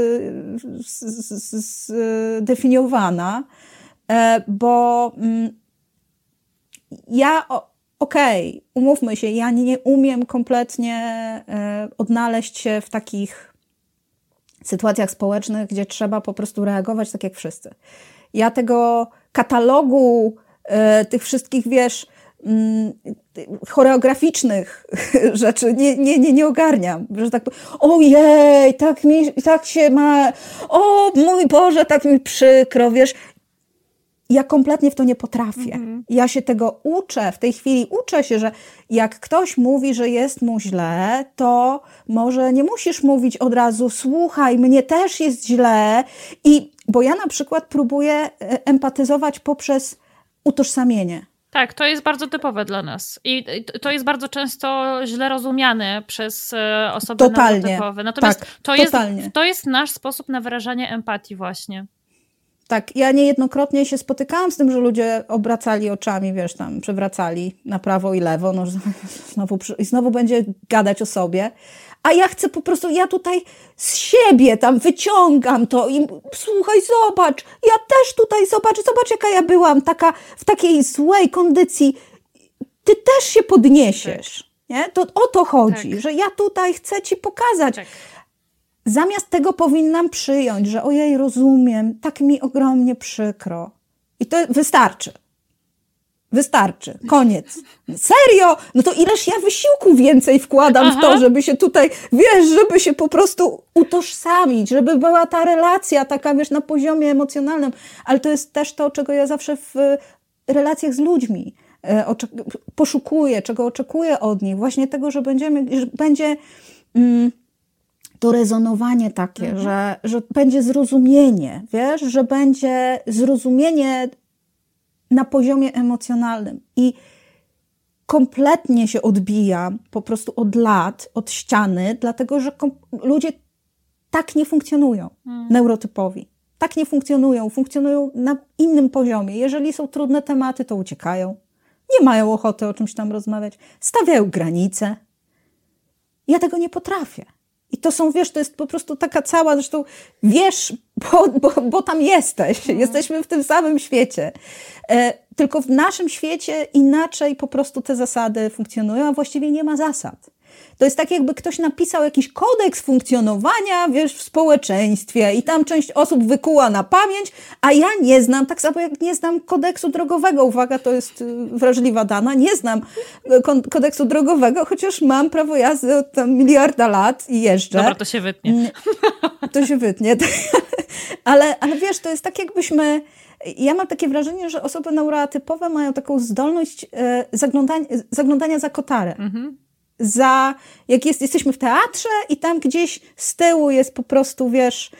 zdefiniowana, bo ja, umówmy się, ja nie umiem kompletnie odnaleźć się w takich sytuacjach społecznych, gdzie trzeba po prostu reagować tak jak wszyscy. Ja tego katalogu tych wszystkich, wiesz, choreograficznych rzeczy nie ogarniam, że tak ojej, tak się ma, o mój Boże, tak mi przykro, wiesz, ja kompletnie w to nie potrafię. Ja się tego uczę, w tej chwili uczę się, że jak ktoś mówi, że jest mu źle, to może nie musisz mówić od razu, słuchaj, mnie też jest źle, bo ja na przykład próbuję empatyzować poprzez utożsamienie. Tak, to jest bardzo typowe dla nas. I to jest bardzo często źle rozumiane przez osoby neurotypowe. Natomiast tak, to jest nasz sposób na wyrażanie empatii właśnie. Tak, ja niejednokrotnie się spotykałam z tym, że ludzie obracali oczami, wiesz, tam przewracali na prawo i lewo, no znowu będzie gadać o sobie. A ja chcę po prostu, ja tutaj z siebie tam wyciągam to i słuchaj, zobacz, ja też tutaj, zobacz jaka ja byłam, w takiej złej kondycji. Ty też się podniesiesz, nie? To o to chodzi, że ja tutaj chcę ci pokazać. Tak. Zamiast tego powinnam przyjąć, że ojej, rozumiem, tak mi ogromnie przykro. I to wystarczy. Wystarczy. Koniec. Serio? No to ileż ja wysiłku więcej wkładam w to, żeby się tutaj, wiesz, żeby się po prostu utożsamić, żeby była ta relacja taka, wiesz, na poziomie emocjonalnym. Ale to jest też to, czego ja zawsze w relacjach z ludźmi poszukuję, czego oczekuję od nich. Właśnie tego, że będzie to rezonowanie takie, że będzie zrozumienie, wiesz, że będzie zrozumienie na poziomie emocjonalnym. I kompletnie się odbijam po prostu od lat, od ściany, dlatego że ludzie tak nie funkcjonują, neurotypowi. Tak nie funkcjonują na innym poziomie. Jeżeli są trudne tematy, to uciekają. Nie mają ochoty o czymś tam rozmawiać. Stawiają granice. Ja tego nie potrafię. I to są, wiesz, to jest po prostu taka cała, zresztą wiesz, bo tam jesteś. Jesteśmy w tym samym świecie. Tylko w naszym świecie inaczej po prostu te zasady funkcjonują, a właściwie nie ma zasad. To jest tak, jakby ktoś napisał jakiś kodeks funkcjonowania, wiesz, w społeczeństwie i tam część osób wykuła na pamięć, a ja nie znam, tak samo jak nie znam kodeksu drogowego. Uwaga, to jest wrażliwa dana. Nie znam kodeksu drogowego, chociaż mam prawo jazdy od tam miliarda lat i jeżdżę. Dobra, to się wytnie. To się wytnie. Ale wiesz, to jest tak, jakbyśmy ja mam takie wrażenie, że osoby neuroatypowe mają taką zdolność zaglądania za kotarę. Jak jesteśmy w teatrze i tam gdzieś z tyłu jest po prostu, wiesz,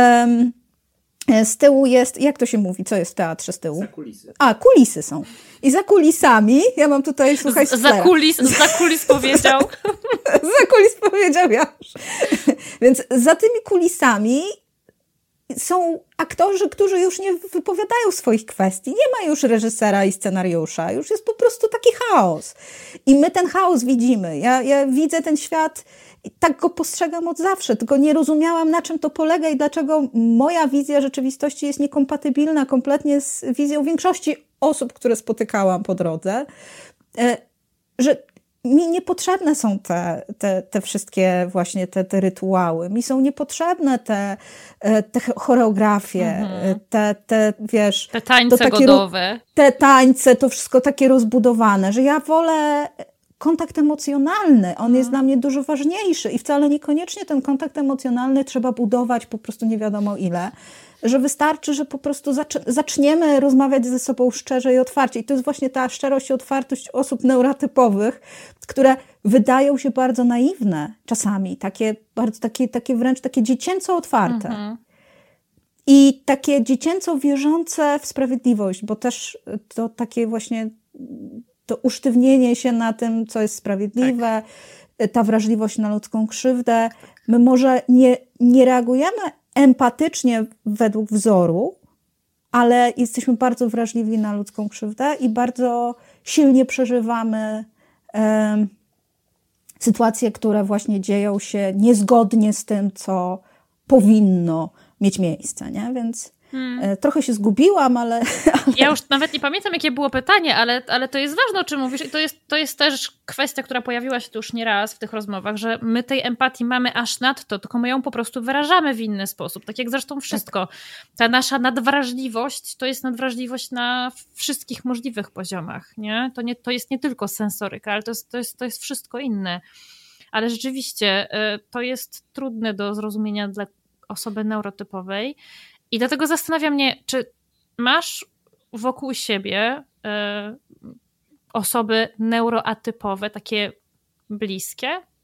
z tyłu jest, jak to się mówi, co jest w teatrze z tyłu? Za kulisy. Kulisy są. I za kulisami, ja mam tutaj, słuchaj, za kulis powiedział. Za kulis powiedział Janusz. Więc za tymi kulisami są aktorzy, którzy już nie wypowiadają swoich kwestii. Nie ma już reżysera i scenariusza. Już jest po prostu taki chaos. I my ten chaos widzimy. Ja widzę ten świat i tak go postrzegam od zawsze. Tylko nie rozumiałam, na czym to polega i dlaczego moja wizja rzeczywistości jest niekompatybilna kompletnie z wizją większości osób, które spotykałam po drodze. Że mi niepotrzebne są te wszystkie właśnie te rytuały. Mi są niepotrzebne te choreografie, wiesz... Te tańce godowe. Te tańce, to wszystko takie rozbudowane, że ja wolę kontakt emocjonalny. On jest dla mnie dużo ważniejszy i wcale niekoniecznie ten kontakt emocjonalny trzeba budować po prostu nie wiadomo ile. Że wystarczy, że po prostu zaczniemy rozmawiać ze sobą szczerze i otwarcie. I to jest właśnie ta szczerość i otwartość osób neurotypowych, które wydają się bardzo naiwne czasami, takie wręcz takie dziecięco otwarte. I takie dziecięco wierzące w sprawiedliwość, bo też to takie właśnie to usztywnienie się na tym, co jest sprawiedliwe, ta wrażliwość na ludzką krzywdę. My może nie reagujemy empatycznie według wzoru, ale jesteśmy bardzo wrażliwi na ludzką krzywdę i bardzo silnie przeżywamy sytuacje, które właśnie dzieją się niezgodnie z tym, co powinno mieć miejsce, nie? Więc trochę się zgubiłam, ale... Ja już nawet nie pamiętam, jakie było pytanie, ale to jest ważne, o czym mówisz i to jest też kwestia, która pojawiła się tu już nieraz w tych rozmowach, że my tej empatii mamy aż nadto, tylko my ją po prostu wyrażamy w inny sposób, tak jak zresztą wszystko. Ta nasza nadwrażliwość to jest nadwrażliwość na wszystkich możliwych poziomach, nie? To jest nie tylko sensoryka, ale to jest wszystko inne. Ale rzeczywiście to jest trudne do zrozumienia dla osoby neurotypowej. I dlatego zastanawia mnie, czy masz wokół siebie osoby neuroatypowe, takie bliskie?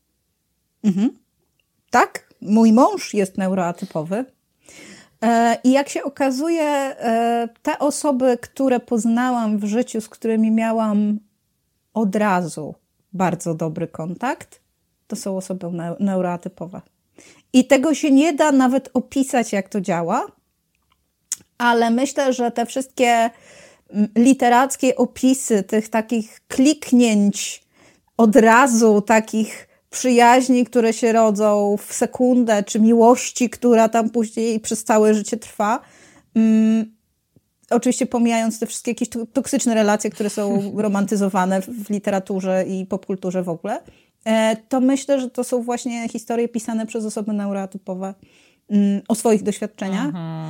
Tak, mój mąż jest neuroatypowy. I jak się okazuje, te osoby, które poznałam w życiu, z którymi miałam od razu bardzo dobry kontakt, to są osoby neuroatypowe. I tego się nie da nawet opisać, jak to działa, ale myślę, że te wszystkie literackie opisy tych takich kliknięć od razu, takich przyjaźni, które się rodzą w sekundę, czy miłości, która tam później przez całe życie trwa, oczywiście pomijając te wszystkie jakieś toksyczne relacje, które są romantyzowane w literaturze i popkulturze w ogóle, to myślę, że to są właśnie historie pisane przez osoby neuroatypowe o swoich doświadczeniach.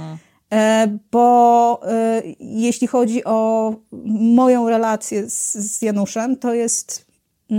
Bo jeśli chodzi o moją relację z Januszem, to jest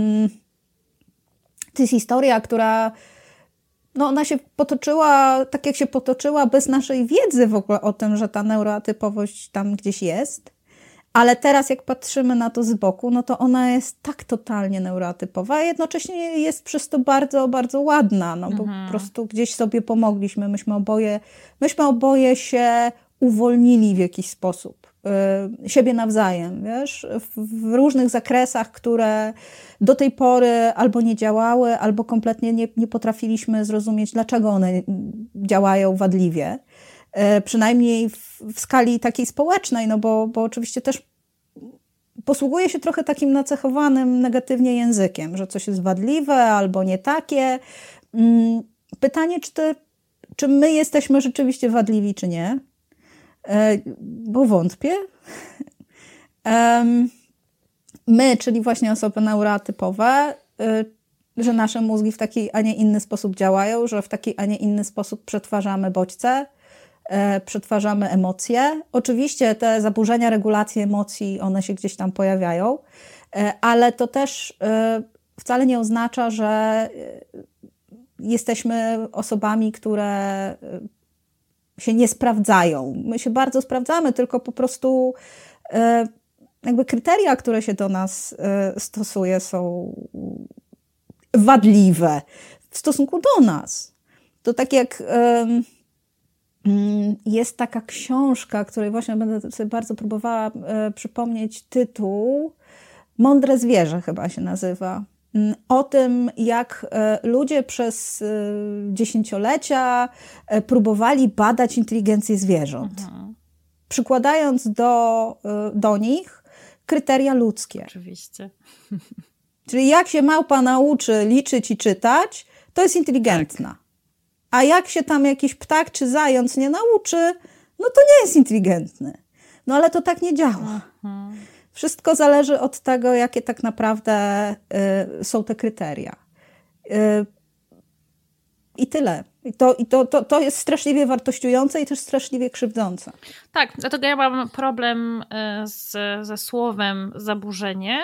historia, która ona się potoczyła tak, jak się potoczyła, bez naszej wiedzy w ogóle o tym, że ta neuroatypowość tam gdzieś jest. Ale teraz jak patrzymy na to z boku, no to ona jest tak totalnie neuroatypowa, a jednocześnie jest przez to bardzo, bardzo ładna, no bo po prostu gdzieś sobie pomogliśmy. Myśmy oboje się uwolnili w jakiś sposób. Siebie nawzajem, wiesz, w różnych zakresach, które do tej pory albo nie działały, albo kompletnie nie potrafiliśmy zrozumieć, dlaczego one działają wadliwie. Przynajmniej w skali takiej społecznej, no bo oczywiście też posługuje się trochę takim nacechowanym negatywnie językiem, że coś jest wadliwe albo nie takie. Pytanie, czy my jesteśmy rzeczywiście wadliwi, czy nie? Bo wątpię. My, czyli właśnie osoby neuroatypowe, że nasze mózgi w taki, a nie inny sposób działają, że w taki, a nie inny sposób przetwarzamy bodźce, przetwarzamy emocje. Oczywiście te zaburzenia regulacji emocji, one się gdzieś tam pojawiają, ale to też wcale nie oznacza, że jesteśmy osobami, które się nie sprawdzają. My się bardzo sprawdzamy, tylko po prostu jakby kryteria, które się do nas stosuje, są wadliwe w stosunku do nas. To tak jak jest taka książka, której właśnie będę sobie bardzo próbowała przypomnieć tytuł, Mądre zwierzę chyba się nazywa. O tym, jak ludzie przez dziesięciolecia próbowali badać inteligencję zwierząt. Przykładając do nich kryteria ludzkie. Oczywiście. Czyli jak się małpa nauczy liczyć i czytać, to jest inteligentna. A jak się tam jakiś ptak czy zając nie nauczy, no to nie jest inteligentny. No ale to tak nie działa. Wszystko zależy od tego, jakie tak naprawdę są te kryteria. I tyle. To jest straszliwie wartościujące i też straszliwie krzywdzące. Tak, dlatego ja mam problem ze słowem zaburzenie.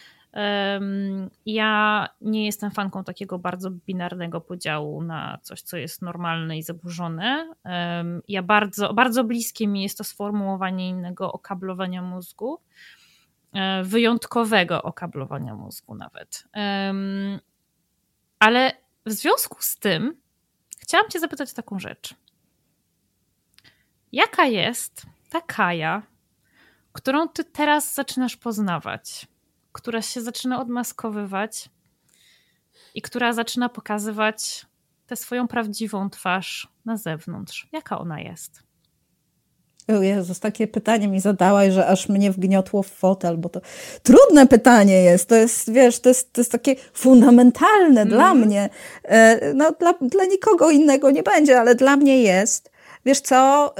Ja nie jestem fanką takiego bardzo binarnego podziału na coś, co jest normalne i zaburzone. Ja bardzo bliskie mi jest to sformułowanie innego okablowania mózgu, wyjątkowego okablowania mózgu nawet. Ale w związku z tym chciałam cię zapytać taką rzecz. Jaka jest ta Kaja, którą ty teraz zaczynasz poznawać, która się zaczyna odmaskowywać i która zaczyna pokazywać tę swoją prawdziwą twarz na zewnątrz? Jaka ona jest? O Jezus, takie pytanie mi zadałaś, że aż mnie wgniotło w fotel, bo to trudne pytanie jest. To jest, wiesz, to jest takie fundamentalne dla mnie. No, dla nikogo innego nie będzie, ale dla mnie jest. Wiesz co?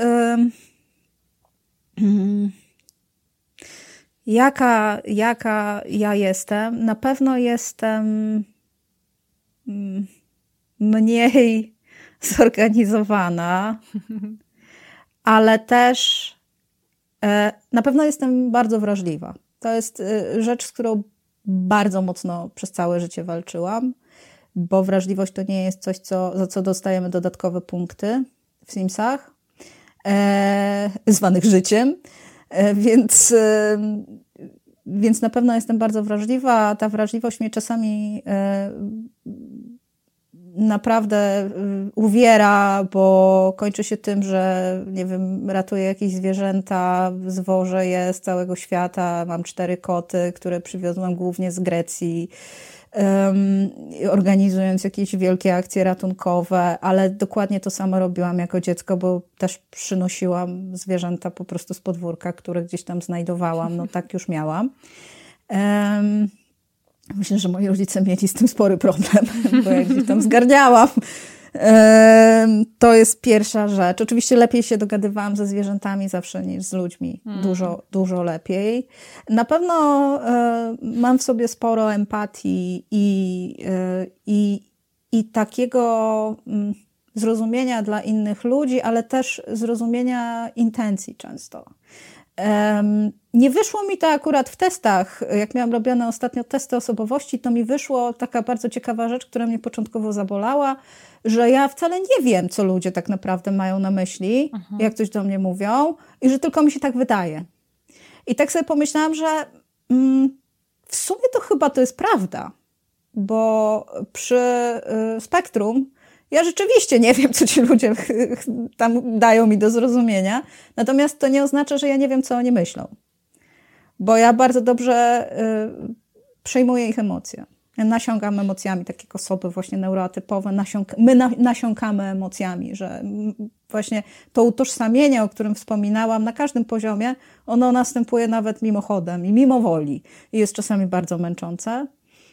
Jaka ja jestem? Na pewno jestem mniej zorganizowana, ale też na pewno jestem bardzo wrażliwa. To jest rzecz, z którą bardzo mocno przez całe życie walczyłam, bo wrażliwość to nie jest coś, za co dostajemy dodatkowe punkty w Simsach, zwanych życiem. Więc na pewno jestem bardzo wrażliwa. Ta wrażliwość mnie czasami naprawdę uwiera, bo kończy się tym, że nie wiem, ratuję jakieś zwierzęta, zwożę je z całego świata. Mam 4 koty, które przywiozłam głównie z Grecji, organizując jakieś wielkie akcje ratunkowe, ale dokładnie to samo robiłam jako dziecko, bo też przynosiłam zwierzęta po prostu z podwórka, które gdzieś tam znajdowałam. No tak już miałam. Myślę, że moi rodzice mieli z tym spory problem, bo jak gdzieś tam zgarniałam. To jest pierwsza rzecz. Oczywiście lepiej się dogadywałam ze zwierzętami zawsze niż z ludźmi. Dużo lepiej. Na pewno mam w sobie sporo empatii i takiego zrozumienia dla innych ludzi, ale też zrozumienia intencji często. Nie wyszło mi to akurat w testach. Jak miałam robione ostatnio testy osobowości, to mi wyszło taka bardzo ciekawa rzecz, która mnie początkowo zabolała, że ja wcale nie wiem, co ludzie tak naprawdę mają na myśli, jak coś do mnie mówią i że tylko mi się tak wydaje. I tak sobie pomyślałam, że w sumie to chyba to jest prawda, bo przy spektrum ja rzeczywiście nie wiem, co ci ludzie tam dają mi do zrozumienia, natomiast to nie oznacza, że ja nie wiem, co oni myślą. Bo ja bardzo dobrze przejmuję ich emocje. Ja nasiąkam emocjami, tak jak osoby właśnie neuroatypowe. My nasiąkamy emocjami, że właśnie to utożsamienie, o którym wspominałam, na każdym poziomie, ono następuje nawet mimochodem i mimo woli. I jest czasami bardzo męczące.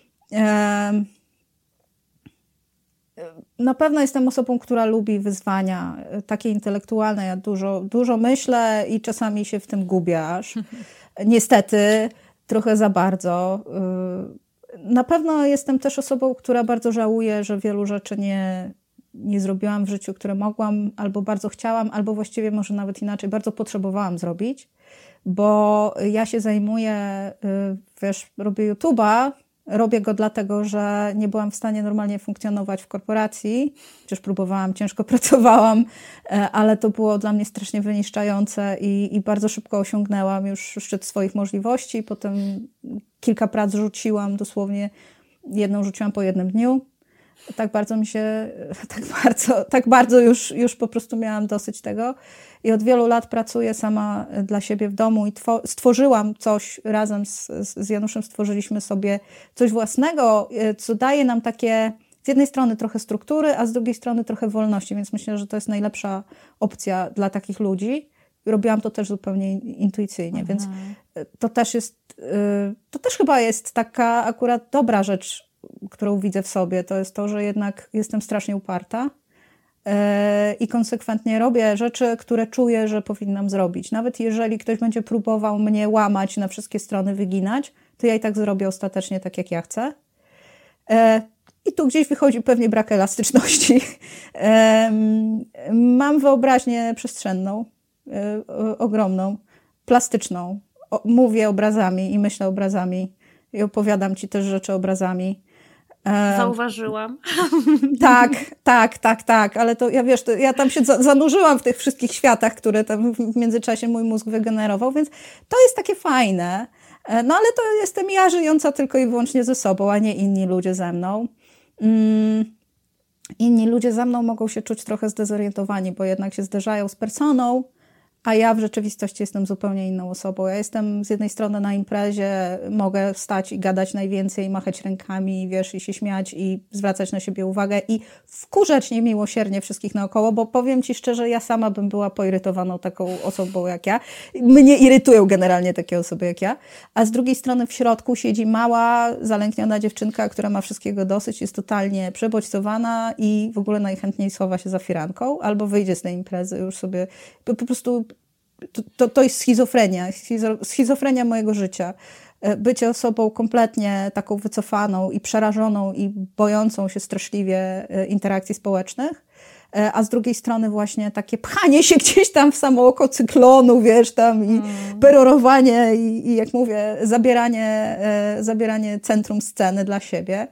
Na pewno jestem osobą, która lubi wyzwania takie intelektualne. Ja dużo myślę i czasami się w tym gubię aż. Niestety, trochę za bardzo. Na pewno jestem też osobą, która bardzo żałuje, że wielu rzeczy nie zrobiłam w życiu, które mogłam, albo bardzo chciałam, albo właściwie może nawet inaczej, bardzo potrzebowałam zrobić, bo ja się zajmuję, robię YouTube'a Robię go dlatego, że nie byłam w stanie normalnie funkcjonować w korporacji. Przecież próbowałam, ciężko pracowałam, ale to było dla mnie strasznie wyniszczające i bardzo szybko osiągnęłam już szczyt swoich możliwości. Potem kilka prac rzuciłam, dosłownie jedną rzuciłam po jednym dniu. Tak bardzo mi się, tak bardzo już po prostu miałam dosyć tego. I od wielu lat pracuję sama dla siebie w domu i stworzyłam coś razem z Januszem, stworzyliśmy sobie coś własnego, co daje nam takie z jednej strony trochę struktury, a z drugiej strony trochę wolności, więc myślę, że to jest najlepsza opcja dla takich ludzi. Robiłam to też zupełnie intuicyjnie, więc to też chyba jest taka akurat dobra rzecz, którą widzę w sobie. To jest to, że jednak jestem strasznie uparta i konsekwentnie robię rzeczy, które czuję, że powinnam zrobić. Nawet jeżeli ktoś będzie próbował mnie łamać, na wszystkie strony wyginać, to ja i tak zrobię ostatecznie tak, jak ja chcę. I tu gdzieś wychodzi pewnie brak elastyczności. Mam wyobraźnię przestrzenną, ogromną, plastyczną. Mówię obrazami i myślę obrazami i opowiadam ci też rzeczy obrazami. Zauważyłam. Tak, ale to ja tam się zanurzyłam w tych wszystkich światach, które tam w międzyczasie mój mózg wygenerował, więc to jest takie fajne. No ale to jestem ja żyjąca tylko i wyłącznie ze sobą, a nie inni ludzie ze mną. Inni ludzie ze mną mogą się czuć trochę zdezorientowani, bo jednak się zderzają z personą, a ja w rzeczywistości jestem zupełnie inną osobą. Ja jestem z jednej strony na imprezie, mogę wstać i gadać najwięcej, machać rękami, i się śmiać i zwracać na siebie uwagę i wkurzać niemiłosiernie wszystkich naokoło, bo powiem ci szczerze, ja sama bym była poirytowaną taką osobą jak ja. Mnie irytują generalnie takie osoby jak ja. A z drugiej strony w środku siedzi mała, zalękniona dziewczynka, która ma wszystkiego dosyć, jest totalnie przebodźcowana i w ogóle najchętniej schowa się za firanką albo wyjdzie z tej imprezy już sobie po prostu. To jest schizofrenia mojego życia. Bycie osobą kompletnie taką wycofaną i przerażoną i bojącą się straszliwie interakcji społecznych, a z drugiej strony właśnie takie pchanie się gdzieś tam w samo oko cyklonu, i perorowanie i jak mówię, zabieranie centrum sceny dla siebie.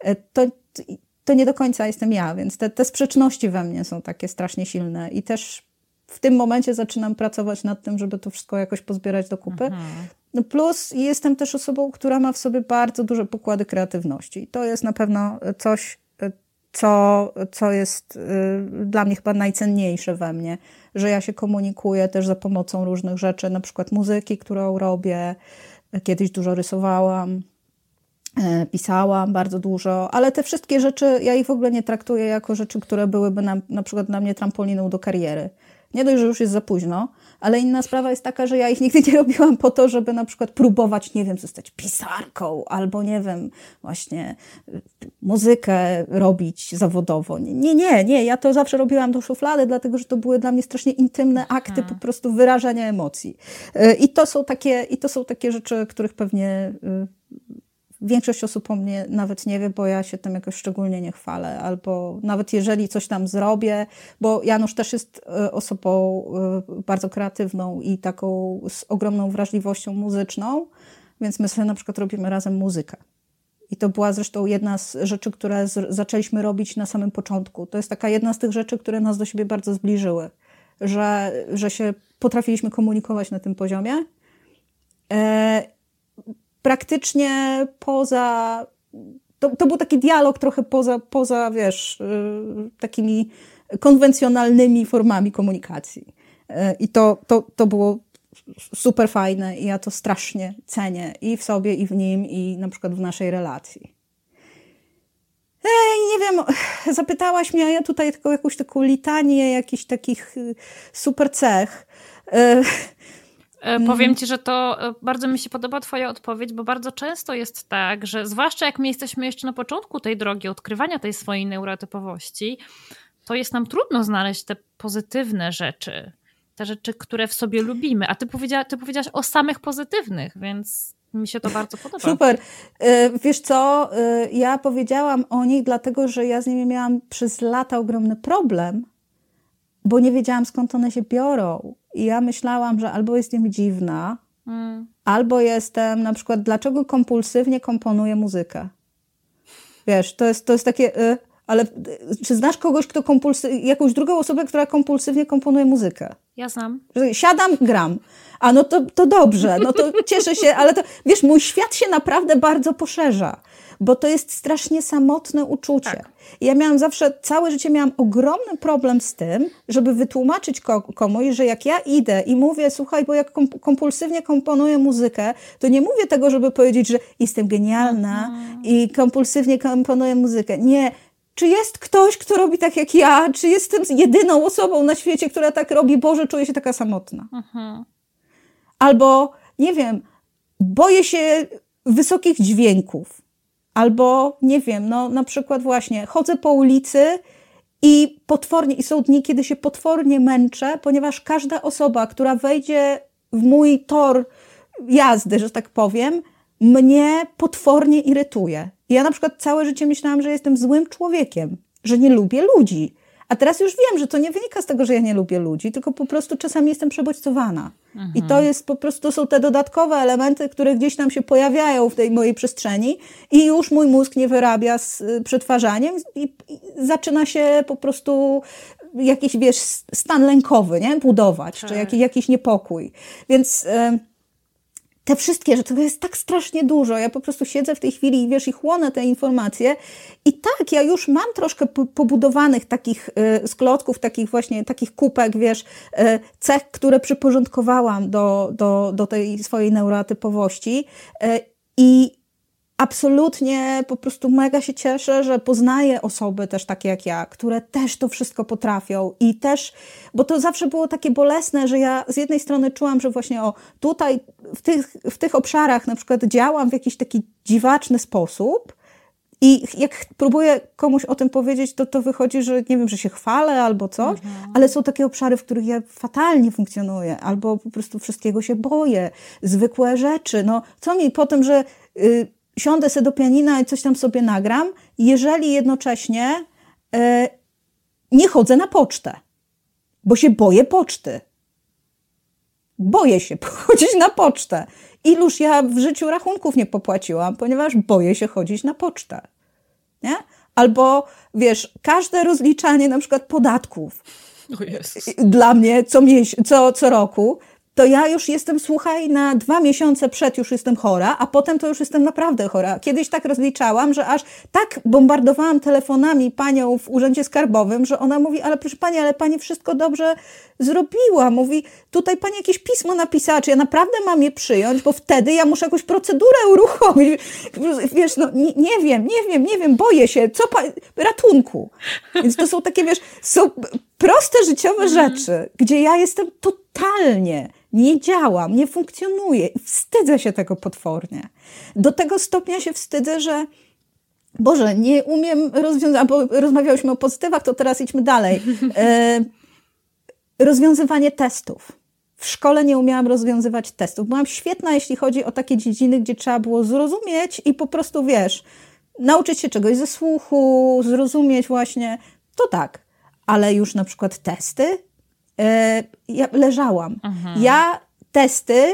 To nie do końca jestem ja, więc te sprzeczności we mnie są takie strasznie silne i też w tym momencie zaczynam pracować nad tym, żeby to wszystko jakoś pozbierać do kupy. No plus jestem też osobą, która ma w sobie bardzo duże pokłady kreatywności. I to jest na pewno coś, co jest dla mnie chyba najcenniejsze we mnie, że ja się komunikuję też za pomocą różnych rzeczy, na przykład muzyki, którą robię. Kiedyś dużo rysowałam, pisałam bardzo dużo, ale te wszystkie rzeczy, ja ich w ogóle nie traktuję jako rzeczy, które byłyby na przykład dla mnie trampoliną do kariery. Nie dość, że już jest za późno, ale inna sprawa jest taka, że ja ich nigdy nie robiłam po to, żeby na przykład próbować, zostać pisarką albo, właśnie muzykę robić zawodowo. Nie, ja to zawsze robiłam do szuflady, dlatego, że to były dla mnie strasznie intymne akty po prostu wyrażania emocji. I to są takie rzeczy, których pewnie większość osób o mnie nawet nie wie, bo ja się tym jakoś szczególnie nie chwalę. Albo nawet jeżeli coś tam zrobię, bo Janusz też jest osobą bardzo kreatywną i taką z ogromną wrażliwością muzyczną, więc my sobie na przykład robimy razem muzykę. I to była zresztą jedna z rzeczy, które zaczęliśmy robić na samym początku. To jest taka jedna z tych rzeczy, które nas do siebie bardzo zbliżyły. Że się potrafiliśmy komunikować na tym poziomie. Praktycznie poza... To był taki dialog trochę poza takimi konwencjonalnymi formami komunikacji. I to było super fajne i ja to strasznie cenię i w sobie, i w nim, i na przykład w naszej relacji. Nie wiem, zapytałaś mnie, a ja tutaj tylko jakąś taką litanię jakichś takich super cech. Powiem ci, że to bardzo mi się podoba twoja odpowiedź, bo bardzo często jest tak, że zwłaszcza jak my jesteśmy jeszcze na początku tej drogi odkrywania tej swojej neurotypowości, to jest nam trudno znaleźć te pozytywne rzeczy, te rzeczy, które w sobie lubimy. A ty powiedziałaś o samych pozytywnych, więc mi się to bardzo podoba. Super. Wiesz co, ja powiedziałam o nich dlatego, że ja z nimi miałam przez lata ogromny problem, bo nie wiedziałam, skąd one się biorą. I ja myślałam, że albo jestem dziwna, albo jestem na przykład, dlaczego kompulsywnie komponuję muzykę? Wiesz, to jest takie, ale czy znasz kogoś, kto jakąś drugą osobę, która kompulsywnie komponuje muzykę? Ja znam. Siadam, gram. A no to dobrze, no to cieszę się, ale to, wiesz, mój świat się naprawdę bardzo poszerza, bo to jest strasznie samotne uczucie. Tak. Ja całe życie miałam ogromny problem z tym, żeby wytłumaczyć komuś, że jak ja idę i mówię, słuchaj, bo jak kompulsywnie komponuję muzykę, to nie mówię tego, żeby powiedzieć, że jestem genialna i kompulsywnie komponuję muzykę. Nie. Czy jest ktoś, kto robi tak jak ja? Czy jestem jedyną osobą na świecie, która tak robi? Boże, czuję się taka samotna. Albo, nie wiem, boję się wysokich dźwięków. Albo, nie wiem, no na przykład właśnie chodzę po ulicy i są dni, kiedy się potwornie męczę, ponieważ każda osoba, która wejdzie w mój tor jazdy, że tak powiem, mnie potwornie irytuje. Ja na przykład całe życie myślałam, że jestem złym człowiekiem, że nie lubię ludzi. A teraz już wiem, że to nie wynika z tego, że ja nie lubię ludzi, tylko po prostu czasami jestem przebodźcowana. I to jest po prostu, to są te dodatkowe elementy, które gdzieś tam się pojawiają w tej mojej przestrzeni i już mój mózg nie wyrabia z przetwarzaniem i zaczyna się po prostu jakiś, wiesz, stan lękowy, nie? Budować, czy jakiś niepokój. Więc te wszystkie rzeczy, to jest tak strasznie dużo. Ja po prostu siedzę w tej chwili i wiesz, i chłonę te informacje i tak, ja już mam troszkę pobudowanych takich z klocków, takich kupek, wiesz, cech, które przyporządkowałam do tej swojej neuroatypowości i absolutnie po prostu mega się cieszę, że poznaję osoby też takie jak ja, które też to wszystko potrafią i też, bo to zawsze było takie bolesne, że ja z jednej strony czułam, że właśnie tutaj w tych obszarach na przykład działam w jakiś taki dziwaczny sposób i jak próbuję komuś o tym powiedzieć, to wychodzi, że nie wiem, że się chwalę albo coś, ale są takie obszary, w których ja fatalnie funkcjonuję albo po prostu wszystkiego się boję, zwykłe rzeczy, no co mi po tym, że siądę sobie do pianina i coś tam sobie nagram, jeżeli jednocześnie nie chodzę na pocztę, bo się boję poczty. Boję się chodzić na pocztę. Iluż ja w życiu rachunków nie popłaciłam, ponieważ boję się chodzić na pocztę. Nie? Albo, wiesz, każde rozliczanie na przykład podatków dla mnie co roku, to ja już jestem, słuchaj, na 2 miesiące przed już jestem chora, a potem to już jestem naprawdę chora. Kiedyś tak rozliczałam, że aż tak bombardowałam telefonami panią w urzędzie skarbowym, że ona mówi, ale proszę pani, ale pani wszystko dobrze zrobiła. Mówi, tutaj pani jakieś pismo napisała, czy ja naprawdę mam je przyjąć, bo wtedy ja muszę jakąś procedurę uruchomić. Wiesz, no nie wiem, boję się, ratunku. Więc to są takie, wiesz, są proste życiowe rzeczy, gdzie ja jestem totalnie, nie działam, nie funkcjonuję i wstydzę się tego potwornie. Do tego stopnia się wstydzę, że Boże, nie umiem rozwiązać, bo rozmawiałyśmy o pozytywach, to teraz idźmy dalej. Rozwiązywanie testów. W szkole nie umiałam rozwiązywać testów. Byłam świetna, jeśli chodzi o takie dziedziny, gdzie trzeba było zrozumieć i po prostu, wiesz, nauczyć się czegoś ze słuchu, zrozumieć właśnie, to tak. Ale już na przykład testy, ja leżałam. Ja testy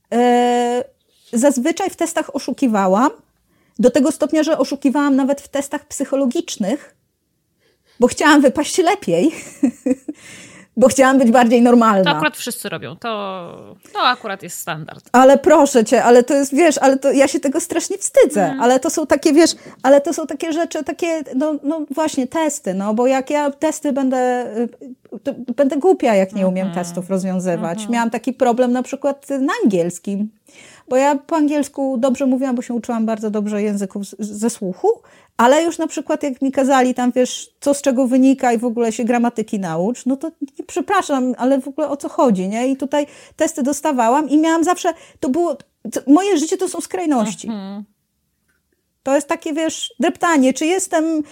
zazwyczaj w testach oszukiwałam, do tego stopnia, że oszukiwałam nawet w testach psychologicznych, bo chciałam wypaść lepiej, bo chciałam być bardziej normalna. To akurat wszyscy robią, to akurat jest standard. Ale proszę cię, ale to jest, wiesz, ja się tego strasznie wstydzę, ale to są takie, wiesz, ale to są takie rzeczy, takie, no właśnie testy, no bo jak ja testy będę głupia, jak nie umiem testów rozwiązywać. Miałam taki problem na przykład na angielskim, bo ja po angielsku dobrze mówiłam, bo się uczyłam bardzo dobrze języków ze słuchu, ale już na przykład jak mi kazali tam, wiesz, co z czego wynika i w ogóle się gramatyki naucz, no to przepraszam, ale w ogóle o co chodzi, nie? I tutaj testy dostawałam i miałam zawsze, moje życie to są skrajności. To jest takie, wiesz, dreptanie, czy jestem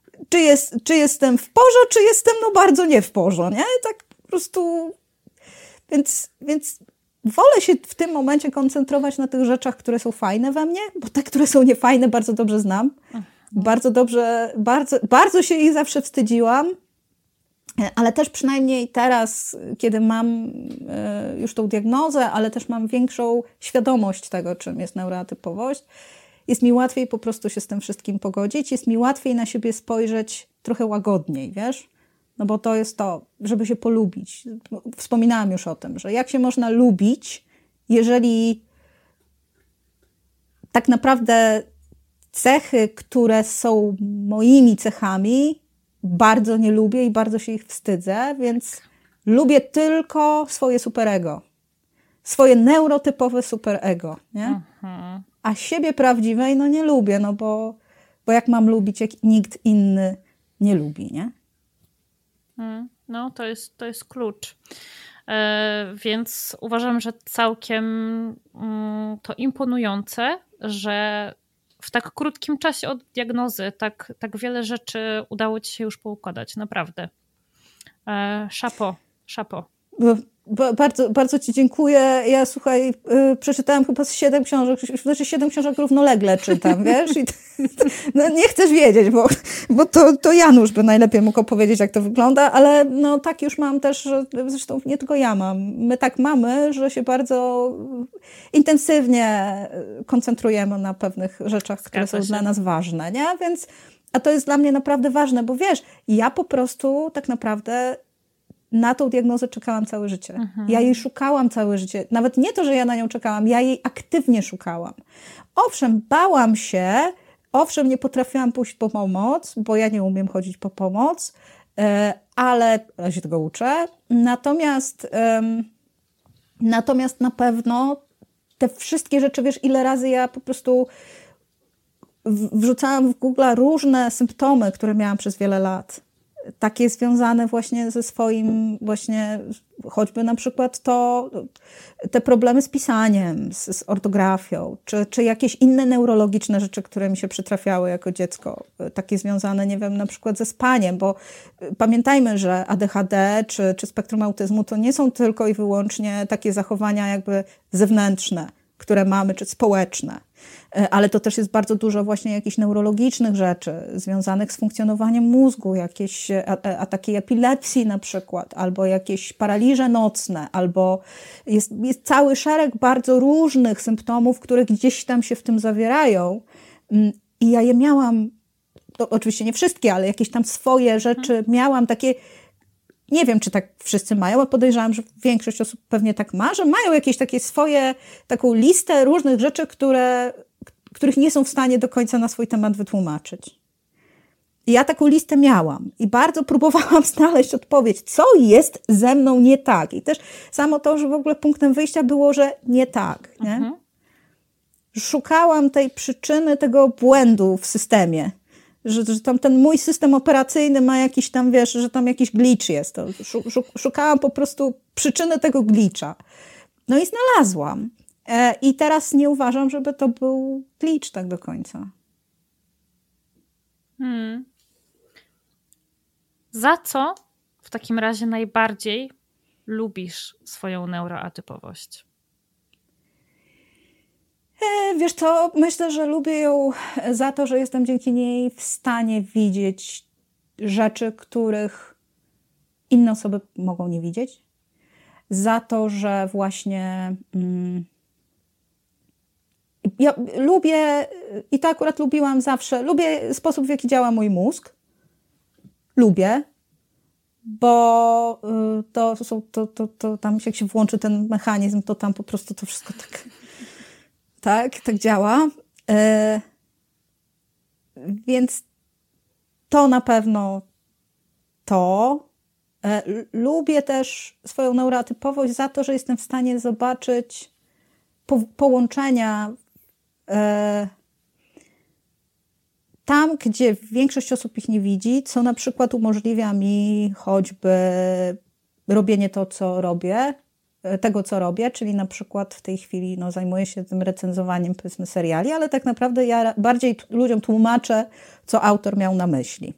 w porze, czy jestem bardzo nie w porze, nie? Tak po prostu, więc wolę się w tym momencie koncentrować na tych rzeczach, które są fajne we mnie, bo te, które są niefajne, bardzo dobrze znam. Bardzo dobrze, bardzo się ich zawsze wstydziłam. Ale też przynajmniej teraz, kiedy mam już tą diagnozę, ale też mam większą świadomość tego, czym jest neuroatypowość, jest mi łatwiej po prostu się z tym wszystkim pogodzić, jest mi łatwiej na siebie spojrzeć trochę łagodniej, wiesz? No bo to jest to, żeby się polubić. Wspominałam już o tym, że jak się można lubić, jeżeli tak naprawdę cechy, które są moimi cechami, bardzo nie lubię i bardzo się ich wstydzę, więc lubię tylko swoje superego. Swoje neurotypowe superego, nie? A siebie prawdziwej no nie lubię, no bo jak mam lubić, jak nikt inny nie lubi, nie? No, to jest klucz. Więc uważam, że całkiem to imponujące, że w tak krótkim czasie od diagnozy tak wiele rzeczy udało ci się już poukładać. Naprawdę. Chapeau. Bardzo, bardzo ci dziękuję. Ja, słuchaj, przeczytałam chyba 7 książek, znaczy 7 książek równolegle czytam, wiesz? I no nie chcesz wiedzieć, bo to Janusz by najlepiej mógł opowiedzieć, jak to wygląda, ale no tak już mam też, że zresztą nie tylko ja mam. My tak mamy, że się bardzo intensywnie koncentrujemy na pewnych rzeczach, które są dla nas ważne, nie? Więc, a to jest dla mnie naprawdę ważne, bo wiesz, ja po prostu tak naprawdę na tą diagnozę czekałam całe życie. Ja jej szukałam całe życie. Nawet nie to, że ja na nią czekałam, ja jej aktywnie szukałam. Owszem, bałam się, owszem, nie potrafiłam pójść po pomoc, bo ja nie umiem chodzić po pomoc, ale ja się tego uczę. Natomiast na pewno te wszystkie rzeczy, wiesz, ile razy ja po prostu wrzucałam w Google różne symptomy, które miałam przez wiele lat. Takie związane właśnie ze swoim, właśnie choćby na przykład te problemy z pisaniem, z ortografią, czy jakieś inne neurologiczne rzeczy, które mi się przytrafiały jako dziecko, takie związane, nie wiem, na przykład ze spaniem, bo pamiętajmy, że ADHD czy spektrum autyzmu to nie są tylko i wyłącznie takie zachowania jakby zewnętrzne, które mamy, czy społeczne. Ale to też jest bardzo dużo właśnie jakichś neurologicznych rzeczy związanych z funkcjonowaniem mózgu, jakieś ataki epilepsji na przykład, albo jakieś paraliże nocne, albo jest cały szereg bardzo różnych symptomów, które gdzieś tam się w tym zawierają. I ja je miałam, to oczywiście nie wszystkie, ale jakieś tam swoje rzeczy miałam, takie. Nie wiem, czy tak wszyscy mają, ale podejrzewam, że większość osób pewnie tak ma, że mają jakieś takie swoje, taką listę różnych rzeczy, których nie są w stanie do końca na swój temat wytłumaczyć. I ja taką listę miałam i bardzo próbowałam znaleźć odpowiedź, co jest ze mną nie tak. I też samo to, że w ogóle punktem wyjścia było, że nie tak. Nie? Szukałam tej przyczyny tego błędu w systemie. Że tam ten mój system operacyjny ma jakiś tam, wiesz, że tam jakiś glitch jest. To szukałam po prostu przyczyny tego glitcha. No i znalazłam. I teraz nie uważam, żeby to był glitch tak do końca. Za co w takim razie najbardziej lubisz swoją neuroatypowość? Wiesz co, myślę, że lubię ją za to, że jestem dzięki niej w stanie widzieć rzeczy, których inne osoby mogą nie widzieć. Za to, że właśnie ja lubię, i to akurat lubiłam zawsze, lubię sposób, w jaki działa mój mózg. Lubię, bo to tam jak się włączy ten mechanizm, to tam po prostu to wszystko tak działa. Więc to na pewno to. Lubię też swoją neuroatypowość za to, że jestem w stanie zobaczyć połączenia tam, gdzie większość osób ich nie widzi, co na przykład umożliwia mi choćby robienie tego, co robię, czyli na przykład w tej chwili zajmuję się tym recenzowaniem, powiedzmy, seriali, ale tak naprawdę ja bardziej ludziom tłumaczę, co autor miał na myśli.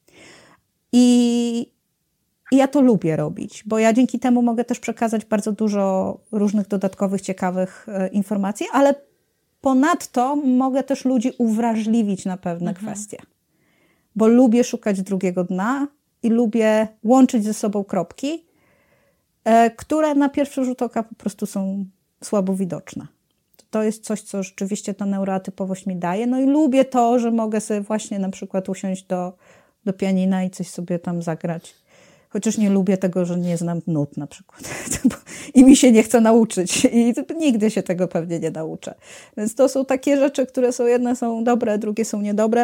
I ja to lubię robić, bo ja dzięki temu mogę też przekazać bardzo dużo różnych dodatkowych, ciekawych informacji, ale ponadto mogę też ludzi uwrażliwić na pewne kwestie. Bo lubię szukać drugiego dna, i lubię łączyć ze sobą kropki, które na pierwszy rzut oka po prostu są słabo widoczne. To jest coś, co rzeczywiście ta neuroatypowość mi daje. No i lubię to, że mogę sobie właśnie na przykład usiąść do pianina i coś sobie tam zagrać. Chociaż nie lubię tego, że nie znam nut na przykład. I mi się nie chce nauczyć. I nigdy się tego pewnie nie nauczę. Więc to są takie rzeczy, które są jedne są dobre, drugie są niedobre.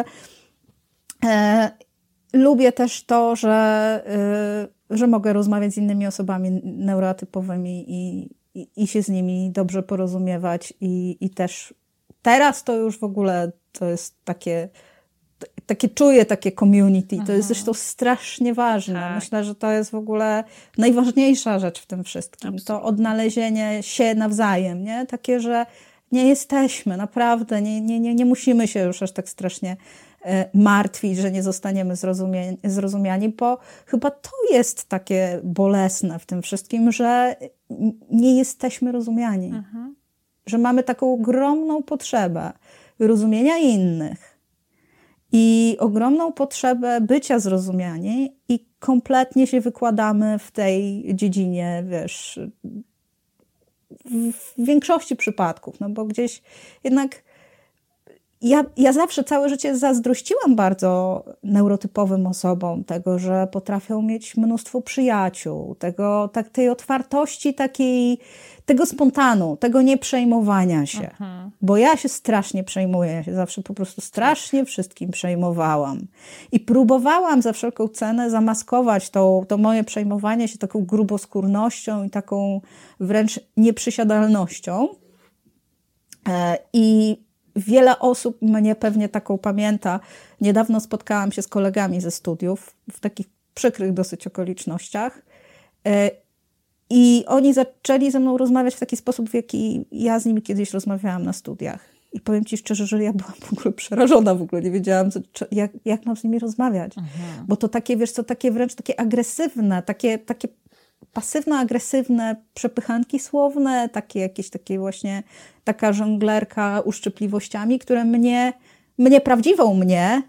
Lubię też to, że mogę rozmawiać z innymi osobami neuroatypowymi i się z nimi dobrze porozumiewać. I też teraz to już w ogóle to jest takie czuję takie community. To jest zresztą strasznie ważne. Tak. Myślę, że to jest w ogóle najważniejsza rzecz w tym wszystkim. Absolutnie. To odnalezienie się nawzajem, nie? Takie, że nie jesteśmy, naprawdę, nie musimy się już aż tak strasznie martwić, że nie zostaniemy zrozumiani, bo chyba to jest takie bolesne w tym wszystkim, że nie jesteśmy rozumiani. Że mamy taką ogromną potrzebę rozumienia innych i ogromną potrzebę bycia zrozumiani i kompletnie się wykładamy w tej dziedzinie, wiesz, w większości przypadków, no bo gdzieś jednak ja zawsze całe życie zazdrościłam bardzo neurotypowym osobom tego, że potrafią mieć mnóstwo przyjaciół, tej otwartości, tego spontanu, tego nieprzejmowania się. Bo ja się strasznie przejmuję, ja się zawsze po prostu strasznie wszystkim przejmowałam. I próbowałam za wszelką cenę zamaskować to moje przejmowanie się taką gruboskórnością i taką wręcz nieprzysiadalnością. I wiele osób mnie pewnie taką pamięta. Niedawno spotkałam się z kolegami ze studiów w takich przykrych dosyć okolicznościach i oni zaczęli ze mną rozmawiać w taki sposób, w jaki ja z nimi kiedyś rozmawiałam na studiach. I powiem ci szczerze, że ja byłam w ogóle przerażona, w ogóle nie wiedziałam, jak mam z nimi rozmawiać. Bo to takie, wiesz co, takie wręcz takie agresywne, takie pasywno-agresywne przepychanki słowne, jakieś takie właśnie, taka żonglerka uszczypliwościami, które mnie prawdziwą mnie,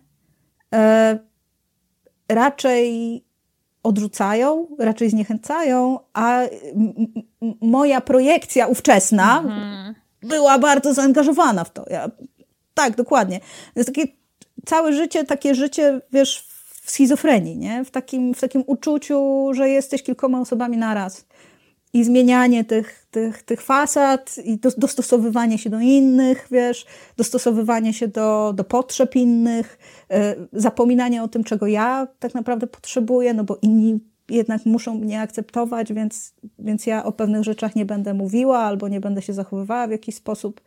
raczej odrzucają, raczej zniechęcają, a moja projekcja ówczesna była bardzo zaangażowana w to. Tak, dokładnie. To jest takie życie, wiesz, w schizofrenii, nie? W takim uczuciu, że jesteś kilkoma osobami naraz. I zmienianie tych fasad i dostosowywanie się do innych, wiesz, dostosowywanie się do potrzeb innych, zapominanie o tym, czego ja tak naprawdę potrzebuję, no bo inni jednak muszą mnie akceptować, więc ja o pewnych rzeczach nie będę mówiła albo nie będę się zachowywała w jakiś sposób.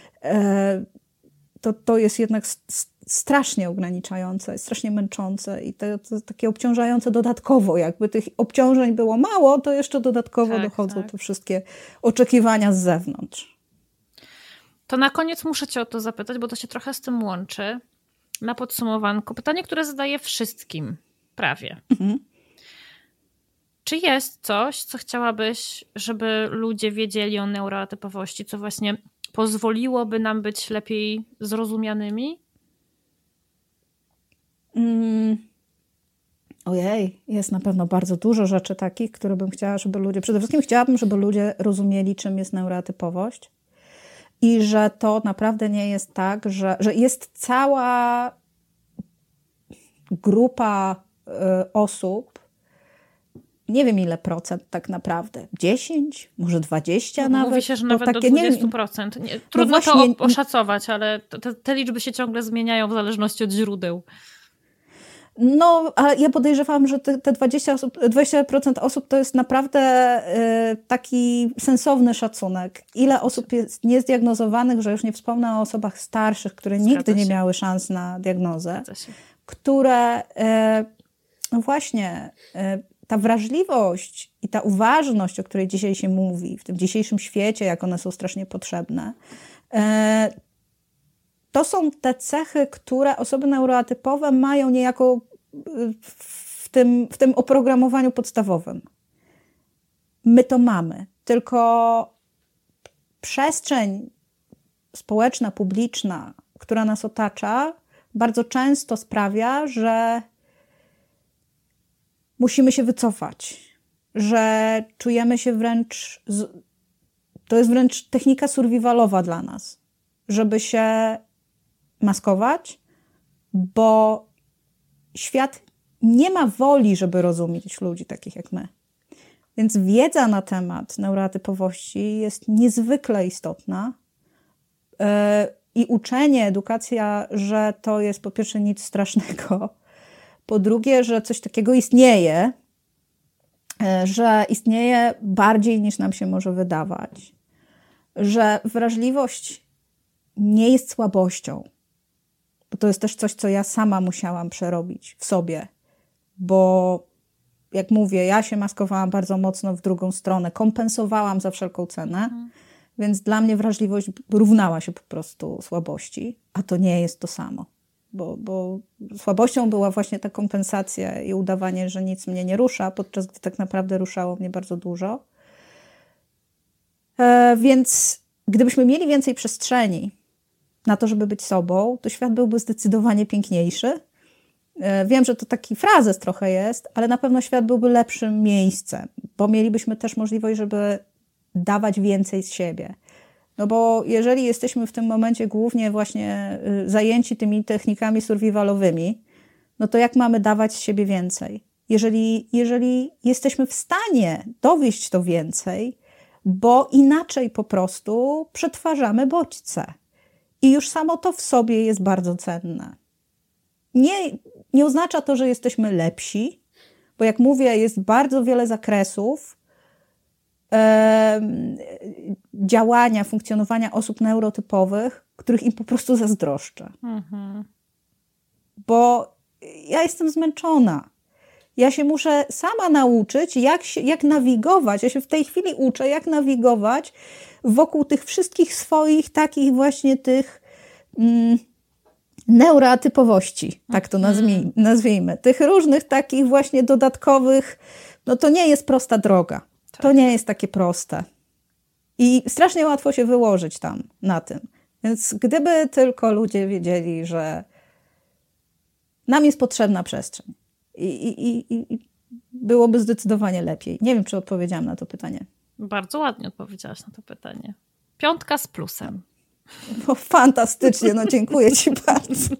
To jest jednak strasznie ograniczające, strasznie męczące i to takie obciążające dodatkowo. Jakby tych obciążeń było mało, to jeszcze dodatkowo dochodzą te wszystkie oczekiwania z zewnątrz. To na koniec muszę cię o to zapytać, bo to się trochę z tym łączy. Na podsumowanko. Pytanie, które zadaję wszystkim, prawie. Czy jest coś, co chciałabyś, żeby ludzie wiedzieli o neuroatypowości, co właśnie pozwoliłoby nam być lepiej zrozumianymi? Ojej, jest na pewno bardzo dużo rzeczy takich, które bym chciała, żeby ludzie... Przede wszystkim chciałabym, żeby ludzie rozumieli, czym jest neuroatypowość i że to naprawdę nie jest tak, że jest cała grupa osób, nie wiem ile procent tak naprawdę, 10, może 20 nawet. Mówi się, że nawet do 20%. Trudno no właśnie, to oszacować, ale te liczby się ciągle zmieniają w zależności od źródeł. No, ale ja podejrzewam, że te 20% osób to jest naprawdę taki sensowny szacunek. Ile osób jest niezdiagnozowanych, że już nie wspomnę o osobach starszych, które nigdy nie miały szans na diagnozę, które no właśnie ta wrażliwość i ta uważność, o której dzisiaj się mówi, w tym dzisiejszym świecie, jak one są strasznie potrzebne, to są te cechy, które osoby neuroatypowe mają niejako w tym oprogramowaniu podstawowym. My to mamy, tylko przestrzeń społeczna, publiczna, która nas otacza, bardzo często sprawia, że musimy się wycofać, że czujemy się wręcz... To jest wręcz technika survivalowa dla nas, żeby się maskować, bo świat nie ma woli, żeby rozumieć ludzi takich jak my. Więc wiedza na temat neuroatypowości jest niezwykle istotna i uczenie, edukacja, że to jest po pierwsze nic strasznego, po drugie, że coś takiego istnieje, że istnieje bardziej niż nam się może wydawać, że wrażliwość nie jest słabością, bo to jest też coś, co ja sama musiałam przerobić w sobie, bo jak mówię, ja się maskowałam bardzo mocno w drugą stronę, kompensowałam za wszelką cenę, więc dla mnie wrażliwość równała się po prostu słabości, a to nie jest to samo, bo słabością była właśnie ta kompensacja i udawanie, że nic mnie nie rusza, podczas gdy tak naprawdę ruszało mnie bardzo dużo. Więc gdybyśmy mieli więcej przestrzeni na to, żeby być sobą, to świat byłby zdecydowanie piękniejszy. Wiem, że to taki frazes trochę jest, ale na pewno świat byłby lepszym miejscem, bo mielibyśmy też możliwość, żeby dawać więcej z siebie. No bo jeżeli jesteśmy w tym momencie głównie właśnie zajęci tymi technikami survivalowymi, no to jak mamy dawać z siebie więcej? Jeżeli jesteśmy w stanie dowieść to więcej, bo inaczej po prostu przetwarzamy bodźce. I już samo to w sobie jest bardzo cenne. Nie oznacza to, że jesteśmy lepsi, bo jak mówię, jest bardzo wiele zakresów działania, funkcjonowania osób neurotypowych, których im po prostu zazdroszczę. Bo ja jestem zmęczona. Ja się muszę sama nauczyć, jak nawigować. Ja się w tej chwili uczę, jak nawigować wokół tych wszystkich swoich takich właśnie tych neuroatypowości, tak to nazwijmy. Tych różnych takich właśnie dodatkowych, no to nie jest prosta droga. Tak. To nie jest takie proste. I strasznie łatwo się wyłożyć tam na tym. Więc gdyby tylko ludzie wiedzieli, że nam jest potrzebna przestrzeń i byłoby zdecydowanie lepiej. Nie wiem, czy odpowiedziałam na to pytanie. Bardzo ładnie odpowiedziałaś na to pytanie. 5 z plusem. No, fantastycznie, no dziękuję Ci bardzo.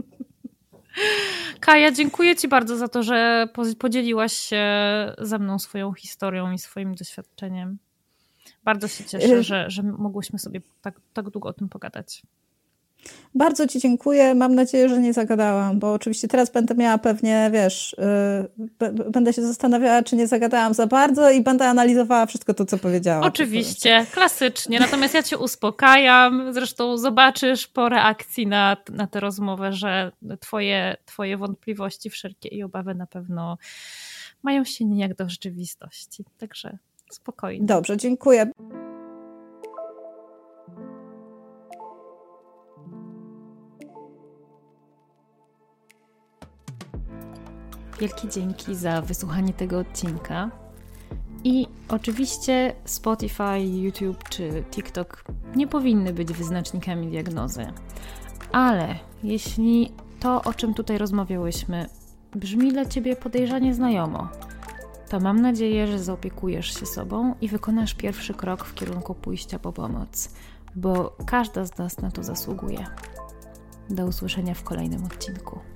Kaja, dziękuję Ci bardzo za to, że podzieliłaś się ze mną swoją historią i swoim doświadczeniem. Bardzo się cieszę, że mogłyśmy sobie tak długo o tym pogadać. Bardzo Ci dziękuję. Mam nadzieję, że nie zagadałam, bo oczywiście teraz będę miała pewnie, będę się zastanawiała, czy nie zagadałam za bardzo i będę analizowała wszystko to, co powiedziałam. Oczywiście, klasycznie. Natomiast ja Cię uspokajam. Zresztą zobaczysz po reakcji na tę rozmowę, że twoje wątpliwości wszelkie i obawy na pewno mają się nijak do rzeczywistości. Także spokojnie. Dobrze, dziękuję. Wielkie dzięki za wysłuchanie tego odcinka. I oczywiście Spotify, YouTube czy TikTok nie powinny być wyznacznikami diagnozy. Ale jeśli to, o czym tutaj rozmawiałyśmy, brzmi dla Ciebie podejrzanie znajomo, to mam nadzieję, że zaopiekujesz się sobą i wykonasz pierwszy krok w kierunku pójścia po pomoc, bo każda z nas na to zasługuje. Do usłyszenia w kolejnym odcinku.